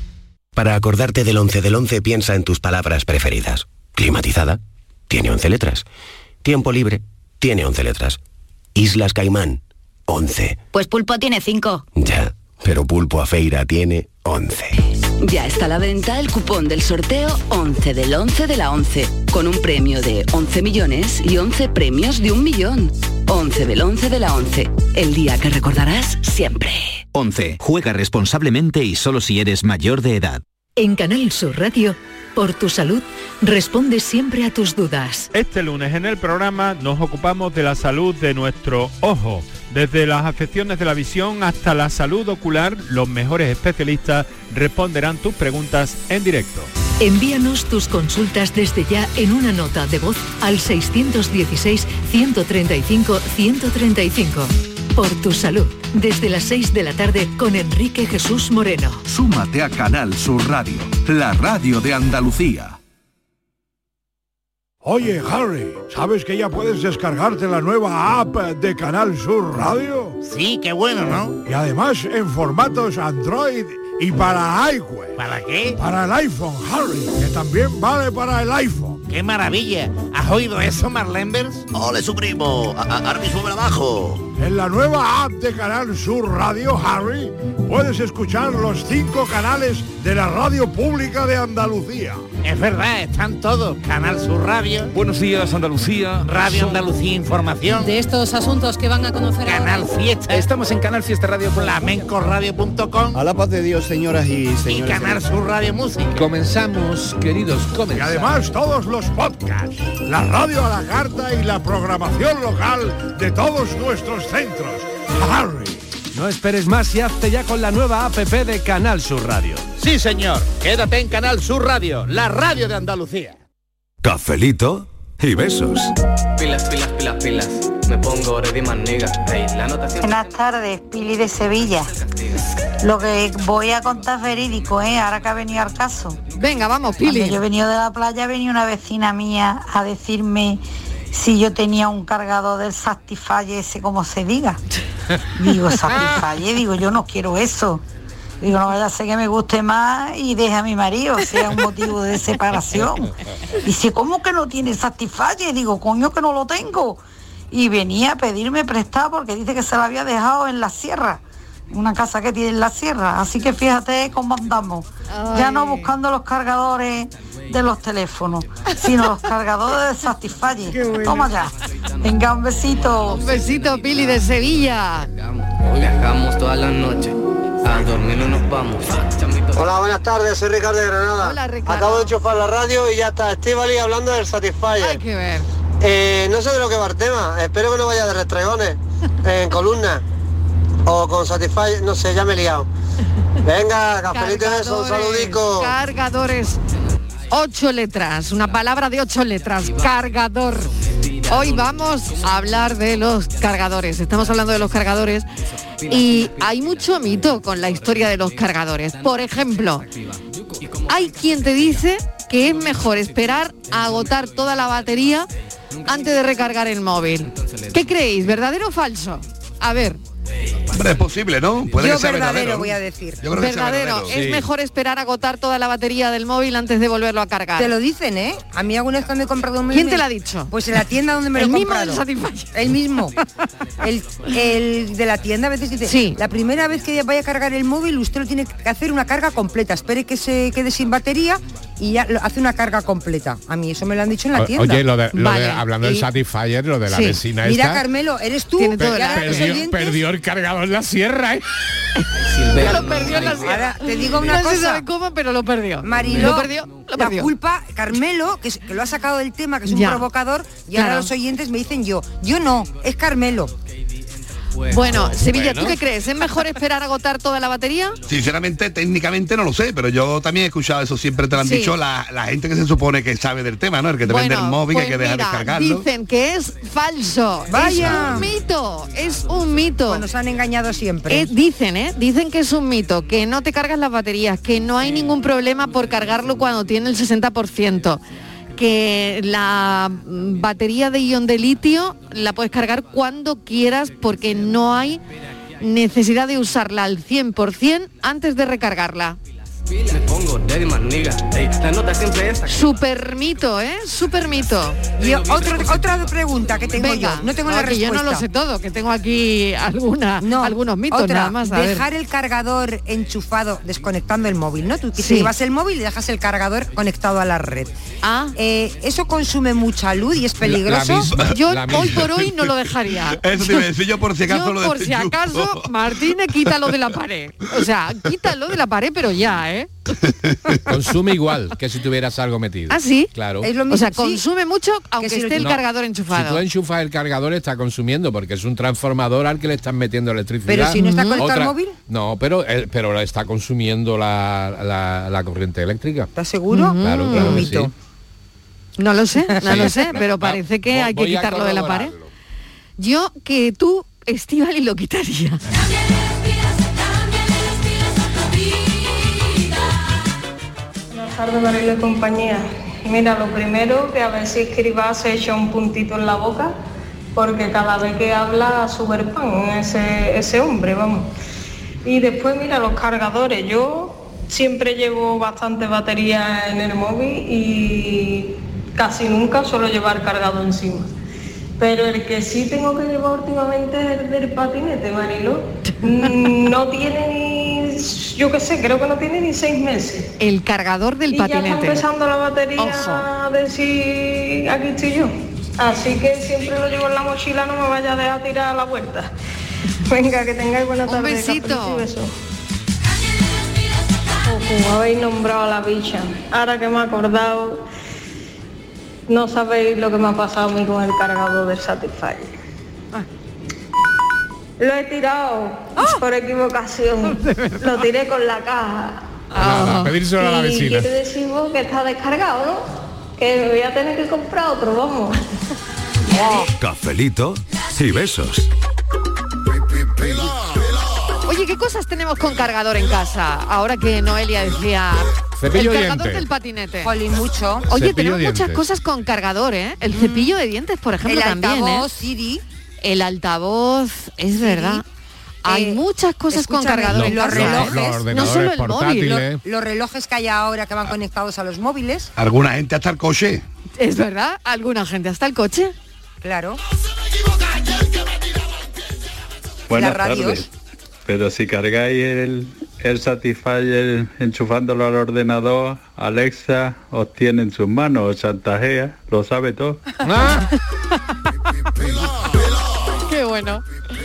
Para acordarte del once del once, piensa en tus palabras preferidas. Climatizada, tiene once letras. Tiempo libre, tiene once letras. Islas Caimán, once. Pues Pulpo tiene cinco. Ya, pero Pulpo a Feira tiene once. Ya está a la venta el cupón del sorteo once del once de la once, con un premio de once millones y once premios de un millón. once del once de la once, el día que recordarás siempre. once. Juega responsablemente y solo si eres mayor de edad. En Canal Sur Radio, por tu salud, responde siempre a tus dudas. Este lunes en el programa nos ocupamos de la salud de nuestro ojo. Desde las afecciones de la visión hasta la salud ocular, los mejores especialistas responderán tus preguntas en directo. Envíanos tus consultas desde ya en una nota de voz al seiscientos dieciséis, ciento treinta y cinco, ciento treinta y cinco. Por tu salud, desde las seis de la tarde con Enrique Jesús Moreno. Súmate a Canal Sur Radio, la radio de Andalucía. Oye, Harry, ¿sabes que ya puedes descargarte la nueva app de Canal Sur Radio? Sí, qué bueno, ¿no? Y además en formatos Android y para iWeb. ¿Para qué? Para el iPhone, Harry, que también vale para el iPhone. ¡Qué maravilla! ¿Has oído eso, Marlenbers? ¡Ole, su primo! ¡Ahora mismo me la bajo! En la nueva app de Canal Sur Radio, Harry, puedes escuchar los cinco canales de la radio pública de Andalucía. Es verdad, están todos. Canal Sur Radio. Buenos días, Andalucía. Radio Andalucía Información. De estos asuntos que van a conocer Canal ahora. Fiesta. Estamos en Canal Fiesta Radio. Flamenco Radio punto com. A la paz de Dios, señoras y señores. Y Canal Sur Radio Música. Comenzamos, queridos, comenzamos. Y además todos los podcasts, la radio a la carta y la programación local de todos nuestros centros. Harry. No esperes más y hazte ya con la nueva app de Canal Sur Radio. Sí, señor. Quédate en Canal Sur Radio, la radio de Andalucía. Cafelito y besos. Pilas, pilas, pilas, pilas. Me pongo ready más nigga. Hey, la anotación. Buenas tardes, Pili de Sevilla. Lo que voy a contar es verídico, ¿eh? Ahora que ha venido al caso. Venga, vamos, Pili. Cuando yo he venido de la playa, venía una vecina mía a decirme si yo tenía un cargador del Satisfyer ese, como se diga. Digo, Satisfyer, digo, yo no quiero eso. Digo, no vaya a ser que me guste más y deje a mi marido, sea un motivo de separación. Dice, ¿cómo que no tiene Satisfyer? Digo, coño, que no lo tengo. Y venía a pedirme prestado porque dice que se lo había dejado en la sierra, una casa que tiene en la sierra. Así que fíjate cómo andamos. Ay. Ya no buscando los cargadores de los teléfonos, sino los cargadores de Satisfyer. Bueno. Toma ya. Venga, un besito. Un besito, Pili de Sevilla. Hoy viajamos toda la noche. A dormir no nos vamos. Hola, buenas tardes, soy Ricardo de Granada. Hola, Ricardo. Acabo de enchufar la radio y ya está Estíbaliz hablando del Satisfyer. Hay que ver. Eh, no sé de lo que va el tema, espero que no vaya de restregones, en columna o con Satisfyer, no sé, ya me he liado. Venga, cafelito de eso, un saludico. Cargadores, ocho letras, una palabra de ocho letras, cargador. Hoy vamos a hablar de los cargadores, estamos hablando de los cargadores y hay mucho mito con la historia de los cargadores. Por ejemplo, hay quien te dice que es mejor esperar a agotar toda la batería antes de recargar el móvil. ¿Qué creéis? ¿Verdadero o falso? A ver. Hombre, es posible, ¿no? Puede Yo que sea verdadero, verdadero, voy a decir. Yo creo que sea verdadero. verdadero. Es Sí. mejor esperar a agotar toda la batería del móvil antes de volverlo a cargar. Te lo dicen, ¿eh? A mí alguna vez cuando he comprado un móvil... ¿Quién te lo ha dicho? Pues en la tienda donde me ¿El lo he mismo comprado. del Satisfyer? El mismo. El, el de la tienda a veces dice, sí. La primera vez que vaya a cargar el móvil, usted lo tiene que hacer una carga completa. Espere que se quede sin batería y ya lo, hace una carga completa. A mí eso me lo han dicho en la O, tienda. Oye, lo de, lo Vale. de- hablando Y- del Satisfyer, lo de la Sí. vecina Mira, esta... Carmelo, eres tú. Tiene todo y el ahora aire. los Perdió, oyentes- perdió el cargador en la sierra, ¿eh? Ya lo perdió en la sierra. Ahora, te digo una no se cosa. sabe cómo, pero lo perdió. Mariló, lo perdió, lo la perdió. culpa, Carmelo, que, es- que lo ha sacado del tema, que es un Ya. provocador, y ahora Claro. los oyentes me dicen yo. Yo no, es Carmelo. Bueno, Sevilla, Bueno. ¿tú qué crees? ¿Es mejor esperar a agotar toda la batería? Sinceramente, técnicamente no lo sé, pero yo también he escuchado eso, siempre te lo han Sí. dicho la, la gente que se supone que sabe del tema, ¿no? El que te vende el móvil, pues que hay que dejar mira, descargarlo. dicen que es falso. Vaya. Es un mito, es un mito. Pues nos han engañado siempre. Eh, dicen, ¿eh? Dicen que es un mito, que no te cargas las baterías, que no hay ningún problema por cargarlo cuando tiene el sesenta por ciento. Que la mm, batería de ion de litio la puedes cargar cuando quieras porque no hay necesidad de usarla al cien por ciento antes de recargarla. Me pongo ready más nigga. Hey, la nota siempre es... Super mito, ¿eh? Super mito. Y otro, otra pregunta que tengo Venga, yo, no tengo no, la que respuesta. yo no lo sé todo, que tengo aquí alguna, No, algunos mitos otra, nada más. A ver. dejar el cargador enchufado desconectando el móvil, ¿no? Tú que Sí. te llevas el móvil y dejas el cargador conectado a la red. Ah. Eh, eso consume mucha luz y es peligroso. La misma- Yo la hoy misma. por hoy no lo dejaría. Eso te iba a decir yo por si acaso Yo, lo por si desenchufo. acaso, Martínez, quítalo de la pared. O sea, quítalo de la pared, pero ya, ¿eh? ¿eh? Consume igual que si tuvieras algo metido. ¿Ah, sí? Claro. Es lo mismo, o sea, consume sí. mucho aunque si esté el no, cargador enchufado. Si tú enchufas el cargador está consumiendo porque es un transformador al que le están metiendo electricidad. Pero si no está conectado al móvil. No, pero él, pero está consumiendo la, la, la corriente eléctrica. ¿Estás seguro? Mm, claro, claro un que mito. sí. No lo sé, no sí. lo sé, pero parece que Voy, hay que quitarlo de la pared. Yo que tú, Estíbaliz, lo quitaría. Buenas tardes, Marilo y compañía. Mira, lo primero, que a ver si Escribá se echa un puntito en la boca, porque cada vez que habla sube el pan ese, ese hombre, vamos. Y después, mira, los cargadores. Yo siempre llevo bastante batería en el móvil y casi nunca suelo llevar cargado encima. Pero el que sí tengo que llevar últimamente es el del patinete, Marilo. No tiene ni, yo qué sé, creo que no tiene ni seis meses. El cargador del y patinete. Y ya está empezando la batería Ojo. a decir, aquí estoy yo. Así que siempre lo llevo en la mochila, no me vaya a dejar tirar a la vuelta. Venga, que tengáis buena tarde. Un besito. Beso. Como habéis nombrado a la bicha, ahora que me he acordado, no sabéis lo que me ha pasado a mí con el cargador del Satisfyer. Ah. Lo he tirado ¡Ah! por equivocación, lo tiré con la caja. Ah, a pedírselo a la vecina. Y quiere decir vos que está descargado, ¿no? Que me voy a tener que comprar otro, vamos. Cafelito y besos. Oye, ¿qué cosas tenemos con cargador en casa? Ahora que Noelia decía... Cepillo el cargador diente. del patinete. Jolín, mucho. Oye, Cepillo tenemos dientes. muchas cosas con cargador, ¿eh? El cepillo de dientes, por ejemplo, El también, altavoz, ¿eh? Siri. El altavoz, es verdad. Hay Eh, muchas cosas con escúchame, cargador en los casa, relojes, ¿eh? los ordenadores no solo el portátiles. móvil. Los relojes que hay ahora que van conectados a los móviles. Alguna gente hasta el coche. Es verdad, alguna gente hasta el coche. Claro. Buenas Las radios. tardes. Pero si cargáis el, el Satisfyer enchufándolo al ordenador, Alexa os tiene en sus manos, os chantajea, lo sabe todo. Ah, Qué bueno.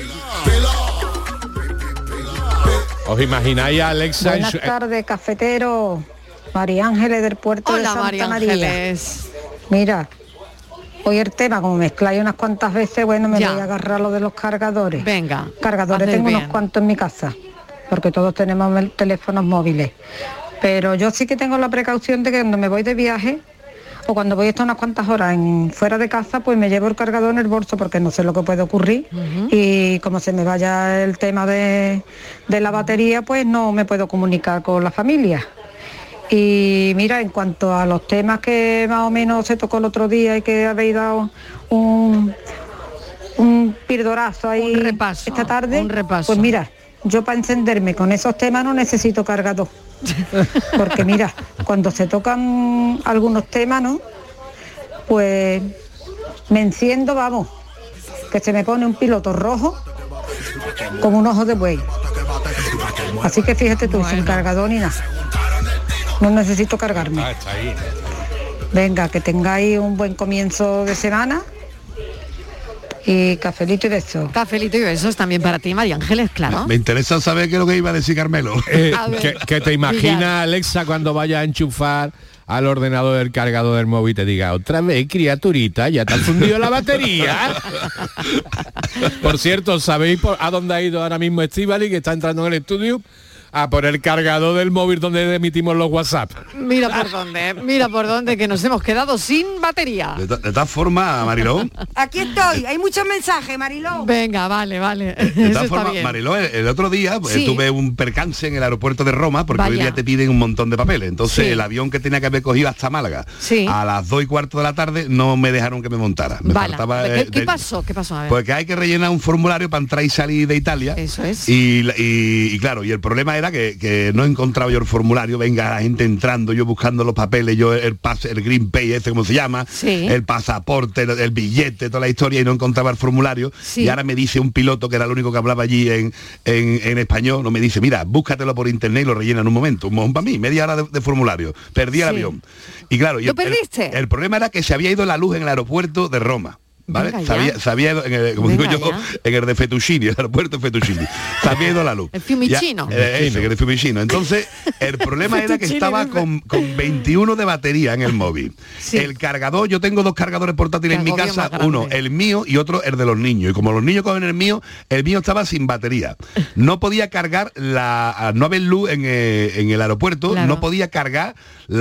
¿Os imagináis a Alexa en Buenas su- tardes, cafetero. María Ángeles del puerto de Hola, Santa María María. Ángeles. Mira, hoy el tema, como mezcláis unas cuantas veces, bueno, me Ya. voy a agarrar lo de los cargadores. Venga. Cargadores haces tengo bien. unos cuantos en mi casa, porque todos tenemos mel- teléfonos móviles. Pero yo sí que tengo la precaución de que cuando me voy de viaje o cuando voy a estar unas cuantas horas en, fuera de casa, pues me llevo el cargador en el bolso porque no sé lo que puede ocurrir. Y como se me vaya el tema de, de la batería, pues no me puedo comunicar con la familia. Y mira, en cuanto a los temas que más o menos se tocó el otro día y que habéis dado un, un pirdorazo ahí Un repaso, esta tarde, un repaso. pues mira, yo para encenderme con esos temas no necesito cargador. Porque mira, cuando se tocan algunos temas, ¿no? Pues me enciendo, vamos, que se me pone un piloto rojo como un ojo de buey. Así que fíjate tú, sin cargador ni nada. No necesito cargarme. Ah, está ahí. Venga, que tengáis un buen comienzo de semana. Y cafelito y besos. Cafelito y besos también para ti, María Ángeles, claro. Me interesa saber qué es lo que iba a decir Carmelo. Eh, A ver, que, que te imaginas, Villar. Alexa, cuando vaya a enchufar al ordenador del cargador del móvil y te diga, otra vez, criaturita, ya te has fundido la batería. Por cierto, ¿sabéis por, a dónde ha ido ahora mismo Estíbaliz, que está entrando en el estudio? A por el cargador del móvil donde emitimos los WhatsApp. Mira por dónde, mira por dónde, que nos hemos quedado sin batería. De, ta- de tal forma, Mariló, Aquí estoy, hay muchos mensajes, Mariló. Venga, vale, vale. de Eso tal está forma, bien. Mariló, el, el otro día pues, Sí. tuve un percance en el aeropuerto de Roma porque hoy Vaya. día te piden un montón de papeles. Entonces Sí. el avión que tenía que haber cogido hasta Málaga Sí. a las dos y cuarto de la tarde no me dejaron que me montara. Me Vale. faltaba, ¿Qué, eh, qué de- pasó? ¿Qué pasó? A ver. Porque hay que rellenar un formulario para entrar y salir de Italia. Eso es. Y, y- y claro, y el problema era que, que no encontraba yo el formulario, venga la gente entrando, yo buscando los papeles, yo el pase, el Green Pay, ese como se llama, Sí. el pasaporte, el, el billete, toda la historia, y no encontraba el formulario. Sí. Y ahora me dice un piloto, que era el único que hablaba allí en, en, en español, no me dice, mira, búscatelo por internet y lo rellena en un momento. Un mojón para mí, media hora de, de formulario. Perdí el Sí. avión. Y claro, y ¿Lo el, el- perdiste? el problema era que se había ido la luz en el aeropuerto de Roma. ¿vale? Sabía, sabía en el, como Venga digo yo, ya. en el de Fettuccini, el aeropuerto de Fettuccini. Sabía ido la luz. El Fiumicino. Ya, eh, ese, el de Fiumicino. Entonces, el problema era que estaba con, con veintiuno de batería en el móvil. Sí. El cargador, yo tengo dos cargadores portátiles en mi casa, uno el mío y otro el de los niños. Y como los niños cogen el mío, el mío estaba sin batería. No podía cargar la... No había luz en, eh, en el aeropuerto, claro. no podía cargar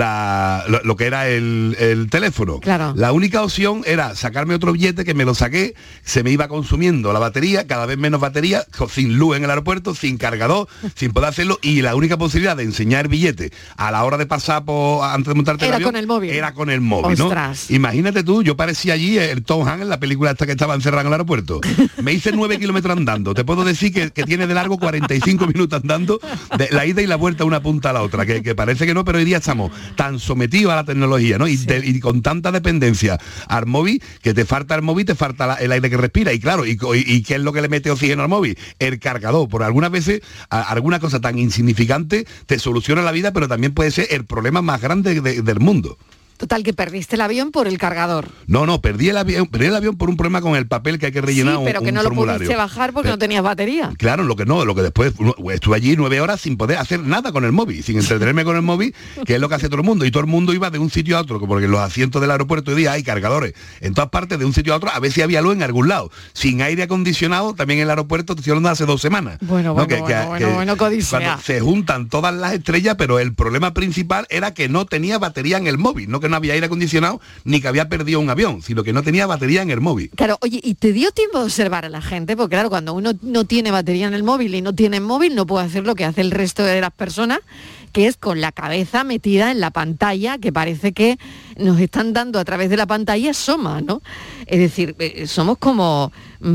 la, lo, lo que era el, el teléfono. Claro. La única opción era sacarme otro billete, que me lo saqué, se me iba consumiendo la batería, cada vez menos batería, sin luz en el aeropuerto, sin cargador, sin poder hacerlo, y la única posibilidad de enseñar el billete a la hora de pasar por, antes de montarte era el avión, con el móvil. era con el móvil, Ostras. ¿no? Imagínate tú, yo parecía allí el Tom Hanks en la película esta que estaba encerrada en el aeropuerto. Me hice nueve kilómetros andando, te puedo decir que, que tiene de largo cuarenta y cinco minutos andando, de la ida y la vuelta una punta a la otra, que, que parece que no, pero hoy día estamos tan sometidos a la tecnología, ¿no? Y, sí. de, y con tanta dependencia al móvil, que te falta el móvil, te falta la, el aire que respira, y claro, y, y, y ¿qué es lo que le mete oxígeno al móvil? El cargador. Por algunas veces, a, alguna cosa tan insignificante te soluciona la vida, pero también puede ser el problema más grande de, del mundo. Total, que perdiste el avión por el cargador. No, no, perdí el avión, perdí el avión por un problema con el papel que hay que rellenar. Sí, pero un, que un no formulario. Lo pudiste bajar porque pero, no tenías batería. Claro, lo que no, lo que después estuve allí nueve horas sin poder hacer nada con el móvil, sin entretenerme con el móvil, que es lo que hace todo el mundo. Y todo el mundo iba de un sitio a otro, porque en los asientos del aeropuerto hoy día hay cargadores en todas partes, de un sitio a otro, a ver si había luz en algún lado. Sin aire acondicionado, también en el aeropuerto, te estoy hablando hace dos semanas. Bueno, ¿no? bueno, que, bueno, que, bueno, que bueno, codicea. Cuando se juntan todas las estrellas, pero el problema principal era que no tenía batería en el móvil, no que no había aire acondicionado, ni que había perdido un avión, sino que no tenía batería en el móvil. Claro, oye, ¿y te dio tiempo de observar a la gente? Porque claro, cuando uno no tiene batería en el móvil y no tiene móvil, no puede hacer lo que hace el resto de las personas, que es con la cabeza metida en la pantalla, que parece que nos están dando a través de la pantalla soma, ¿no? Es decir, eh, somos como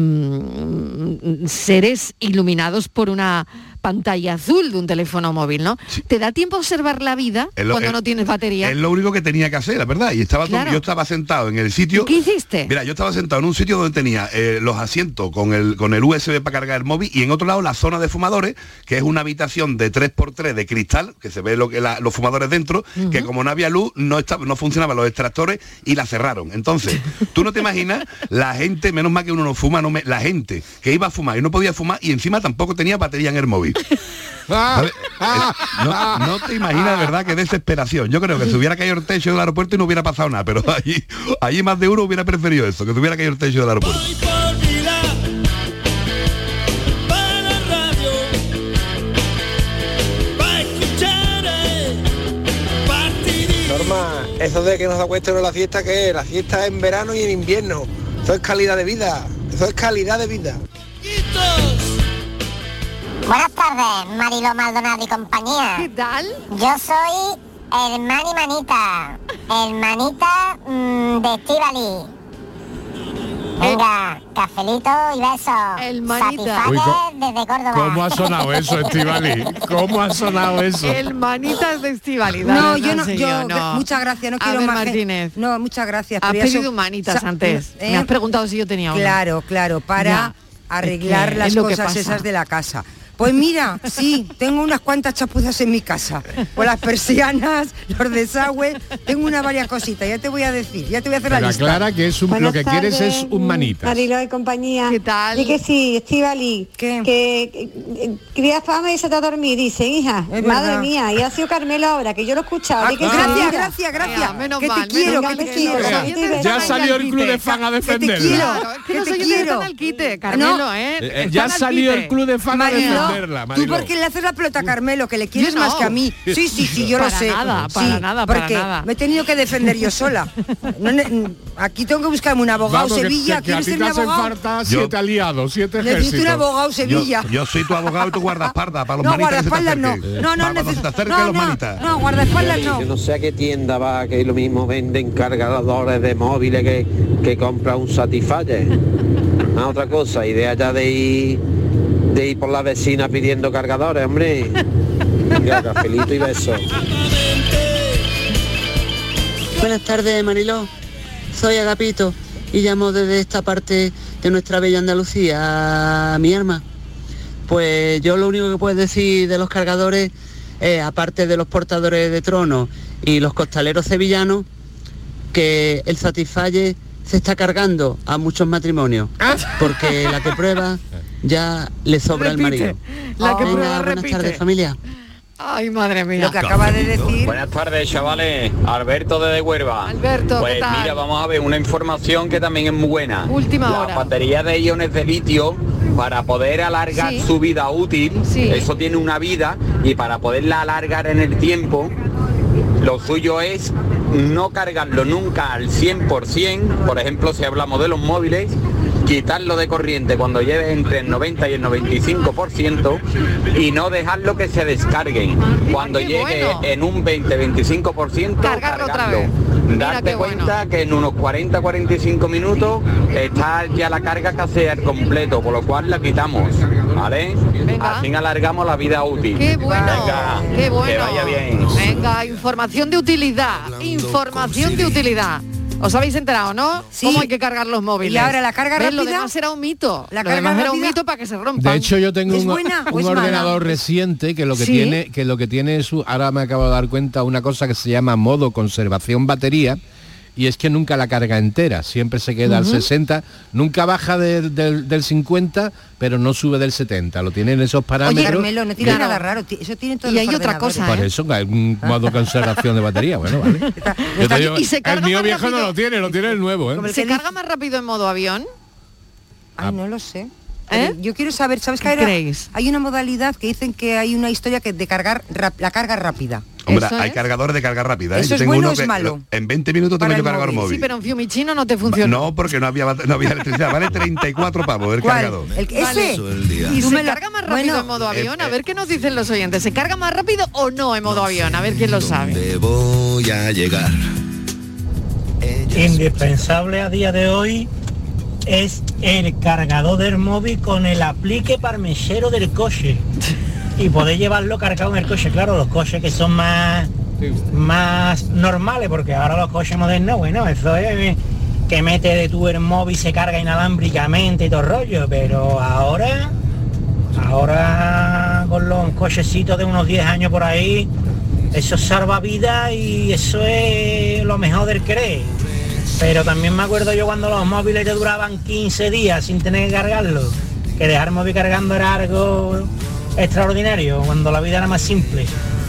mmm, seres iluminados por una pantalla azul de un teléfono móvil, ¿no? Sí. ¿Te da tiempo a observar la vida lo, cuando es, no tienes batería? Es lo único que tenía que hacer, la verdad. Y estaba claro. todo, yo estaba sentado en el sitio. ¿Qué hiciste? Mira, yo estaba sentado en un sitio donde tenía eh, los asientos con el con el U S B para cargar el móvil, y en otro lado la zona de fumadores, que es una habitación de tres por tres de cristal, que se ve lo que la, los fumadores dentro, uh-huh. que como no había luz, no estaba, no funcionaban los extractores y la cerraron. Entonces, tú no te imaginas la gente, menos mal que uno no fuma, no me, la gente que iba a fumar y no podía fumar, y encima tampoco tenía batería en el móvil. ¿Vale? No, no te imaginas, de verdad, qué desesperación. Yo creo que se hubiera caído el techo del aeropuerto y no hubiera pasado nada, pero allí, allí más de uno hubiera preferido eso, que se hubiera caído el techo del aeropuerto. Norma, eso de que nos acuesten la fiesta, ¿qué es? La fiesta es en verano y en invierno. Eso es calidad de vida. Eso es calidad de vida. Buenas tardes, Mariló Maldonado y compañía. ¿Qué tal? Yo soy el Mani Manita, el Manita mmm, de Estíbaliz. Venga, cafelito y besos. El Manita. Uy, desde Córdoba. ¿Cómo ha sonado eso, Estíbaliz? ¿Cómo ha sonado eso? El Manitas de Estíbaliz. No, yo no, yo, no. Muchas gracias, no quiero ver, más. Martínez. No, muchas gracias. Has pedido eso... Manitas Sa antes. ¿Eh? Me has preguntado si yo tenía uno. Claro, claro, para ya. arreglar es que las cosas esas de la casa. Pues mira, sí, tengo unas cuantas chapuzas en mi casa. Por las persianas, los desagües, tengo una varias cositas, ya te voy a decir, ya te voy a hacer Pero la lista. Clara, que es un, lo que tardes, quieres es un Manitas. Mariló y compañía. ¿Qué tal? Y que sí, Estíbaliz, que, que cría fama y se te ha dormido, dice, hija, es madre verdad. mía, y ha sido Carmelo ahora, que yo lo he escuchado. Ah, que gracias, gracias, gracias, gracias. Menos que mal, te quiero, menos que te quiero. Vea, ya salió el club de fan a defenderla. Que te quiero, que, que no soy yo al quite, Carmelo, ¿eh? eh ya salió el club de fan a defenderla, Mariló. Tú porque le haces la pelota a Carmelo, que le quieres no. más que a mí. Sí, sí, sí, yo para lo sé. Nada, sí, para nada, para porque nada. me he tenido que defender yo sola. No, aquí tengo que buscarme un abogado. Vamos, Sevilla, que, que, que ¿quieres ser mi abogado? Falta siete aliados, siete ejércitos. Necesito un abogado Sevilla. Yo, yo soy tu abogado y tu guardaespaldas para los no, manitas que se te no. acerquen. No, no, para neces- se te no, los no, manitas. no, guardaespaldas no. Yo no sé a qué tienda va, que lo mismo venden cargadores de móviles que, que compra un Satisfyer. Ah, otra cosa, idea ya de ir, de ir por la vecina pidiendo cargadores, hombre. Venga, cafelito y besos. Buenas tardes, Mariló. Soy Agapito y llamo desde esta parte de nuestra bella Andalucía, mi arma. Pues yo lo único que puedo decir de los cargadores, eh, aparte de los portadores de trono y los costaleros sevillanos, que el Satisfyer se está cargando a muchos matrimonios, porque la que prueba ya le sobra el marido. La que Venga, prueba, buenas repite. tardes, familia. Ay, madre mía. Lo que acaba de decir. Buenas tardes, chavales. Alberto desde Huelva. Alberto, pues ¿qué tal? mira, vamos a ver una información que también es muy buena. Última Las hora. baterías de iones de litio, para poder alargar Sí. su vida útil, Sí. eso tiene una vida, y para poderla alargar en el tiempo, lo suyo es no cargarlo nunca al cien por ciento. Por ejemplo, si hablamos de los móviles, quitarlo de corriente cuando lleve entre el noventa y el noventa y cinco por ciento y no dejarlo que se descarguen. Cuando qué llegue bueno. en un veinte a veinticinco por ciento, Cargarlo otra cargarlo. vez. Mira Darte qué bueno. cuenta que en unos cuarenta a cuarenta y cinco minutos está ya la carga que hace al completo, por lo cual la quitamos, ¿vale? Venga. Así alargamos la vida útil. Qué bueno, Venga, qué bueno. que vaya bien. Venga, información de utilidad, información de utilidad. ¿Os habéis enterado, no? Sí. ¿Cómo hay que cargar los móviles? Y ahora la carga ¿Ves? Lo rápida. demás era un mito. La lo carga demás era un rápida. mito para que se rompan. De hecho, yo tengo ¿Es un, buena o un es mala? ordenador reciente que lo que ¿Sí? tiene, que lo que tiene es, su- ahora me acabo de dar cuenta, una cosa que se llama modo conservación batería, y es que nunca la carga entera, siempre se queda al Ujú. sesenta, nunca baja de- del, del cincuenta, pero no sube del setenta, lo tienen esos parámetros. Carmelo, no tiene Claro. nada raro, ti- eso tiene todos Y los hay otra ordenadores. cosa, Por ¿eh? eso hay un modo conservación de batería, bueno, vale. Yo te digo, Y se el carga mío más viejo no rápido. lo tiene, lo tiene el nuevo, ¿eh? Como el ¿Se que carga dice- más rápido en modo avión? Ay, no lo sé. ¿Eh? Pero yo quiero saber, ¿sabes qué ¿Qué era? creéis? Hay una modalidad que dicen que hay una historia que de cargar rap- la carga rápida. Hombre, ¿Eso hay es? cargadores de carga rápida, ¿eh? ¿Eso Yo es tengo bueno uno o es que malo? en veinte minutos Para tengo el que cargar móvil. móvil. Sí, pero en Fiumicino no te funciona. No, porque no había, bat- no había electricidad. Vale treinta y cuatro pavos el ¿Cuál? cargador. El, ese. Vale. ¿Y Tú se me lo- carga más rápido Bueno, en modo avión? eh, A ver qué nos dicen los oyentes. ¿Se carga más rápido o no en modo avión? A ver quién lo sabe. voy a llegar. Indispensable a día de hoy es el cargador del móvil con el aplique parmesero del coche y poder llevarlo cargado en el coche. Claro, los coches que son más más normales, porque ahora los coches modernos, bueno, eso es que mete de tu el móvil, se carga inalámbricamente y todo el rollo, pero ahora ahora con los cochecitos de unos diez años por ahí, eso salva vidas y eso es lo mejor del querer. Pero también me acuerdo yo cuando los móviles te duraban quince días sin tener que cargarlo, que dejar el móvil cargando era algo extraordinario, cuando la vida era más simple.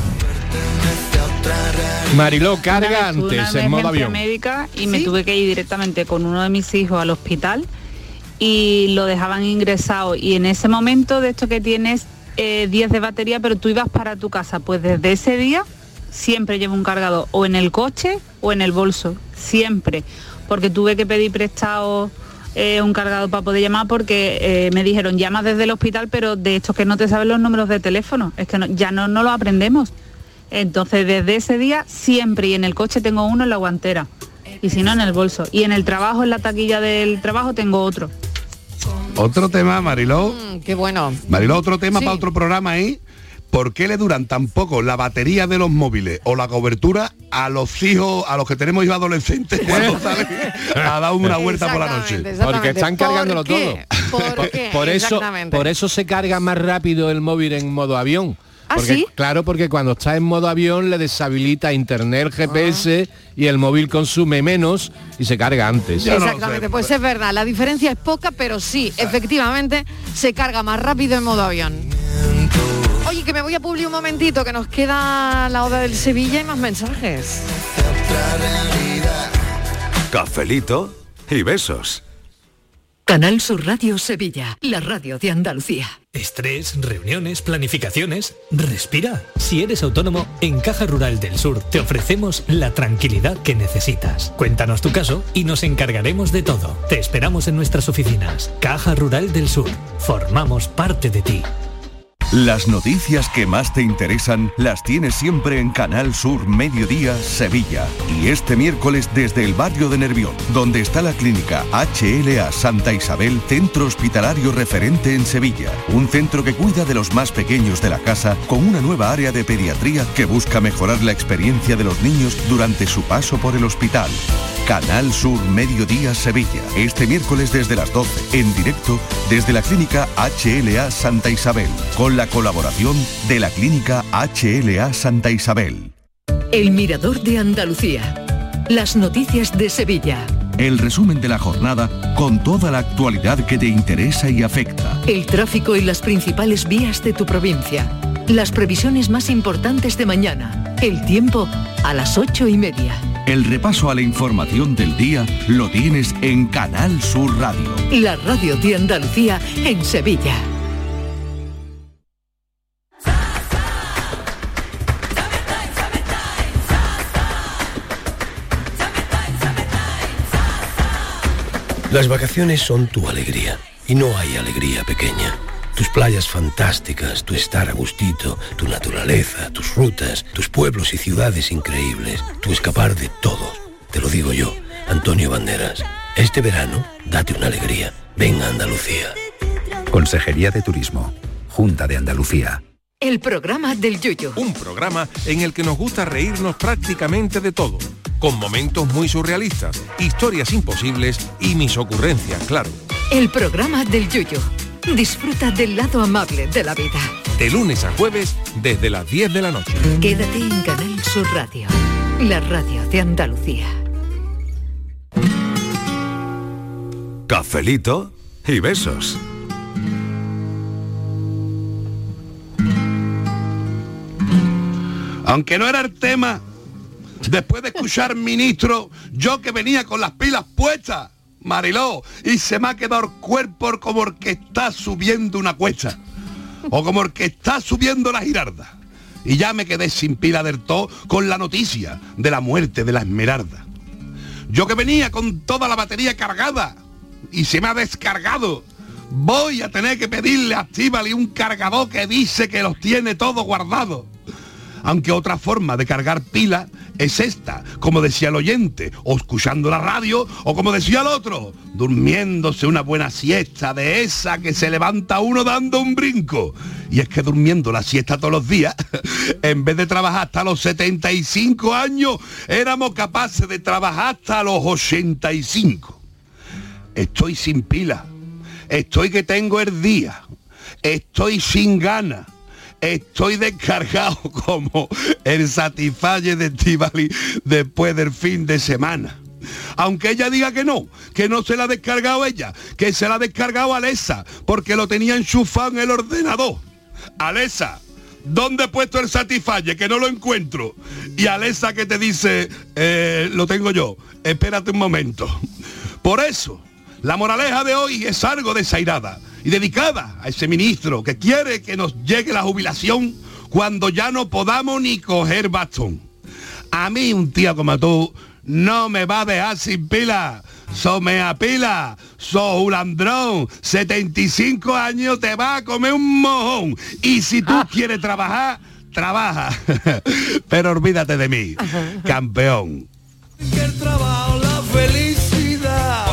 Mariló, carga Una vez tuve antes una en modo emergencia avión. médica y me tuve que ir directamente con uno de mis hijos al hospital y lo dejaban ingresado, y en ese momento de esto que tienes eh, diez de batería, pero tú ibas para tu casa, pues desde ese día siempre llevo un cargador o en el coche o en el bolso, siempre, porque tuve que pedir prestado eh, un cargador para poder llamar, porque eh, me dijeron llama desde el hospital, pero de estos que no te saben los números de teléfono, es que no- ya no, no lo aprendemos. Entonces desde ese día siempre, y en el coche tengo uno en la guantera, y si no en el bolso, y en el trabajo, en la taquilla del trabajo tengo otro. Otro tema, Mariló. Mm, qué bueno. Mariló, otro tema Sí. para otro programa ahí. ¿Por qué le duran tan poco la batería de los móviles o la cobertura a los hijos, a los que tenemos hijos adolescentes cuando salen a dar una vuelta por la noche? Porque están cargándolo ¿Por qué? todo. ¿Por qué? Por eso, Exactamente. por eso se carga más rápido el móvil en modo avión. ¿Ah, Porque, sí? Claro, porque cuando está en modo avión le deshabilita internet, G P S y el móvil consume menos y se carga antes. Exactamente, pues es verdad, la diferencia es poca, pero sí, efectivamente, se carga más rápido en modo avión. Oye, que me voy a publicar un momentito, que nos queda la hora del Sevilla y más mensajes. Cafelito y besos. Canal Sur Radio Sevilla, la radio de Andalucía. Estrés, reuniones, planificaciones. Respira. Si eres autónomo, en Caja Rural del Sur te ofrecemos la tranquilidad que necesitas. Cuéntanos tu caso y nos encargaremos de todo. Te esperamos en nuestras oficinas. Caja Rural del Sur. Formamos parte de ti. Las noticias que más te interesan las tienes siempre en Canal Sur Mediodía Sevilla. Y este miércoles desde el barrio de Nervión, donde está la clínica H L A Santa Isabel, centro hospitalario referente en Sevilla. Un centro que cuida de los más pequeños de la casa con una nueva área de pediatría que busca mejorar la experiencia de los niños durante su paso por el hospital. Canal Sur Mediodía Sevilla. Este miércoles desde las doce, en directo desde la clínica H L A Santa Isabel, con la colaboración de la clínica H L A Santa Isabel. El Mirador de Andalucía. Las noticias de Sevilla. el resumen de la jornada con toda la actualidad que te interesa y afecta. El tráfico en las principales vías de tu provincia. Las previsiones más importantes de mañana. El tiempo a las ocho y media. El repaso a la información del día lo tienes en Canal Sur Radio. La radio de Andalucía en Sevilla. Las vacaciones son tu alegría y no hay alegría pequeña. Tus playas fantásticas, tu estar a gustito, tu naturaleza, tus rutas, tus pueblos y ciudades increíbles, tu escapar de todo. Te lo digo yo, Antonio Banderas. Este verano, date una alegría. Ven a Andalucía. Consejería de Turismo, Junta de Andalucía. El programa del Yuyu. Un programa en el que nos gusta reírnos prácticamente de todo, con momentos muy surrealistas, historias imposibles y mis ocurrencias, claro. El programa del Yuyu. Disfruta del lado amable de la vida. De lunes a jueves, desde las diez de la noche. Quédate en Canal Sur Radio, la radio de Andalucía. Cafelito y besos. Aunque no era el tema, después de escuchar ministro, yo que venía con las pilas puestas, Mariló, y se me ha quedado el cuerpo como el que está subiendo una cuesta, o como el que está subiendo la Girarda. Y ya me quedé sin pila del todo con la noticia de la muerte de la Esmeralda. Yo que venía con toda la batería cargada, y se me ha descargado. Voy a tener que pedirle a Estíbaliz un cargador que dice que los tiene todos guardados. Aunque otra forma de cargar pila es esta, como decía el oyente, o escuchando la radio, o como decía el otro, durmiéndose una buena siesta de esa que se levanta uno dando un brinco. Y es que durmiendo la siesta todos los días, en vez de trabajar hasta los setenta y cinco años, éramos capaces de trabajar hasta los ochenta y cinco. Estoy sin pila, estoy que tengo el día, estoy sin ganas. Estoy descargado como el Satisfyer de Estíbaliz después del fin de semana. Aunque ella diga que no, que no se la ha descargado ella, que se la ha descargado Alexa, porque lo tenía enchufado en el ordenador. Alexa, ¿dónde he puesto el Satisfyer? Que no lo encuentro. Y Alexa que te dice, eh, lo tengo yo, espérate un momento. Por eso, la moraleja de hoy es algo desairada y dedicada a ese ministro que quiere que nos llegue la jubilación cuando ya no podamos ni coger bastón. A mí un tío como tú no me va a dejar sin pila. So mea pila, so un ladrón, setenta y cinco años te va a comer un mojón. Y si tú quieres trabajar, trabaja. Pero olvídate de mí, campeón. Que el trabajo, la felicidad.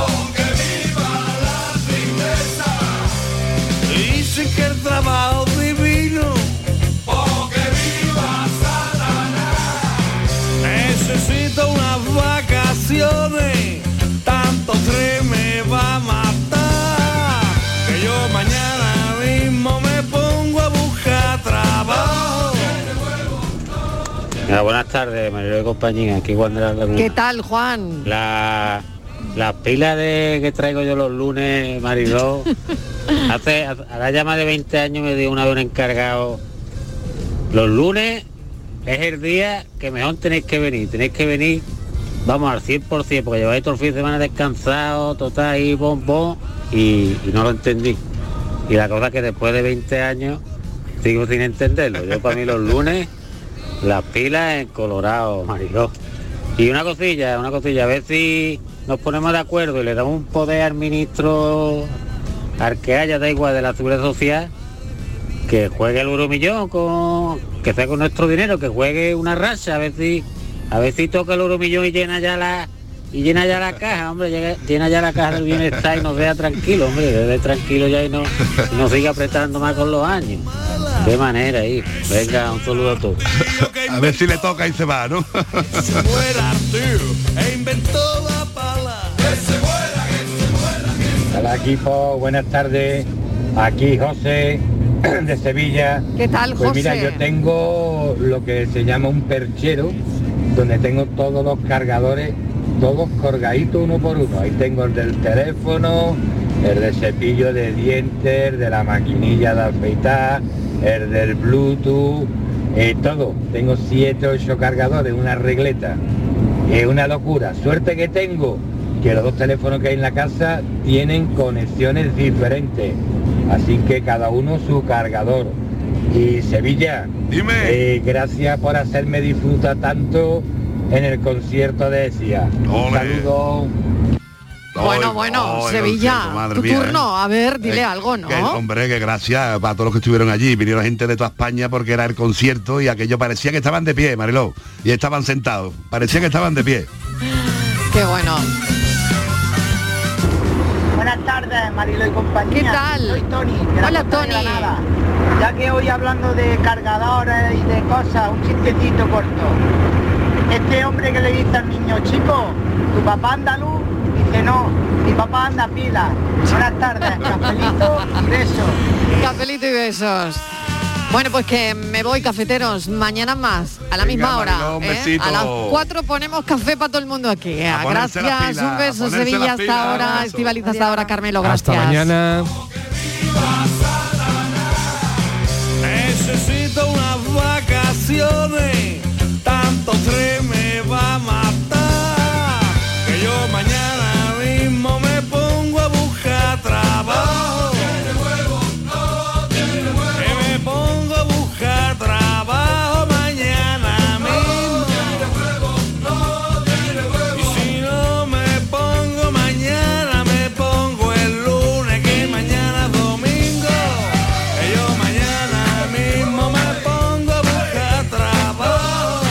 Que el trabajo divino, porque viva Satanás. Necesito unas vacaciones, tanto tren me va a matar, que yo mañana mismo me pongo a buscar trabajo. Mira, buenas tardes, María de compañía, aquí Juan de la Laguna. ¿Qué tal, Juan? La, las pilas de que traigo yo los lunes, Mariló. Hace, ahora ya más de veinte años me dio una vez un encargado. Los lunes es el día que mejor tenéis que venir, tenéis que venir, vamos al cien por ciento, porque lleváis todo el fin de semana descansado, total ahí, bom, bom, y, y no lo entendí. Y la cosa es que después de veinte años sigo sin entenderlo. Yo para mí los lunes, las pilas en Colorado, Mariló. Y una cosilla, una cosilla, a ver si nos ponemos de acuerdo y le damos un poder al ministro, al que haya, da igual, de la Seguridad Social, que juegue el euromillón, con, que sea con nuestro dinero, que juegue una racha, a ver si a ver si toca el euromillón y llena ya la y llena ya la caja, hombre, llena, llena ya la caja del bienestar y nos deja tranquilo, hombre, debe tranquilo ya y no, y no siga apretando más con los años. Qué manera ahí. Venga, un saludo a todos. A ver si le toca y se va, ¿no? Se muera, tío, e inventó la pala. Que se muera, que se muera, que se... Hola equipo, buenas tardes. Aquí José de Sevilla. ¿Qué tal, José? Pues mira, yo tengo lo que se llama un perchero, donde tengo todos los cargadores todos colgaditos uno por uno. Ahí tengo el del teléfono, el de cepillo de dientes, el de la maquinilla de afeitar, el del Bluetooth, eh, todo. Tengo siete, ocho cargadores, una regleta. Es una locura. Suerte que tengo que los dos teléfonos que hay en la casa tienen conexiones diferentes. Así que cada uno su cargador. Y Sevilla, dime. Eh, gracias por hacerme disfrutar tanto en el concierto de Esia. Un saludo. Bueno, bueno, oh, Sevilla, madre tu mía, turno, ¿eh? a ver, dile Eh, algo, ¿no? Que, hombre, que gracias para todos los que estuvieron allí. Vinieron gente de toda España porque era el concierto y aquello parecía que estaban de pie, Mariló. Y estaban sentados. Parecía que estaban de pie. Qué bueno. Buenas tardes, Marilo y compañía. ¿Qué tal? Soy Tony. de la Hola, Costa de Tony. Granada. Ya que hoy hablando de cargadores y de cosas, un chistecito corto. Este hombre que le dice al niño, chico, ¿tu papá andaluz? Dice, no, mi papá anda pila. Buenas tardes, cafelito y besos. Cafelito y besos. Bueno, pues que me voy, cafeteros, mañana más, a la Venga, misma hora. Mariló, un ¿eh? besito. A las cuatro ponemos café para todo el mundo aquí. A ponerse las Gracias, pilas, un a beso, ponerse Sevilla, las hasta pilas, ahora, eso. Estivaliz, hasta ahora, Carmelo, gracias. Hasta mañana. Necesito unas vacaciones, tanto estrés me va a matar, que yo mañana mismo me pongo a buscar trabajo, que me pongo a buscar trabajo mañana mismo, y si no me pongo mañana, me pongo el lunes, que mañana es domingo, que yo mañana mismo me pongo a buscar trabajo,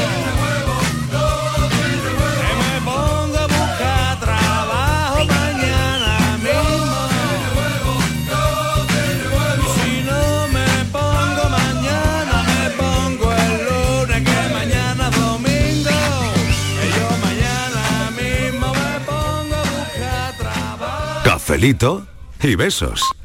que me pongo a buscar trabajo mañana mismo, y si no me pongo mañana, me pongo el lunes, que mañana es domingo, que yo mañana mismo me pongo a buscar trabajo. Cafelito y besos.